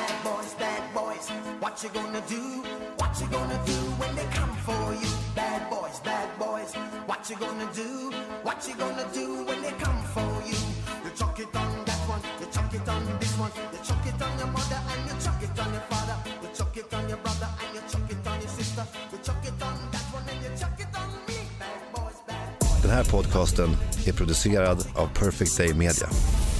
What you gonna do? What you gonna do when they come for you? Bad boys, bad boys. What you gonna do? What you gonna do when they come for you? You chuck it on that one, you chuck it on this one, you chuck it on your mother and you chuck it on your father, you chuck it on your brother and you chuck it on your sister, you chuck it on that one and you chuck it on me. Bad boys, bad boys. Den här podcasten är producerad av Perfect Day Media.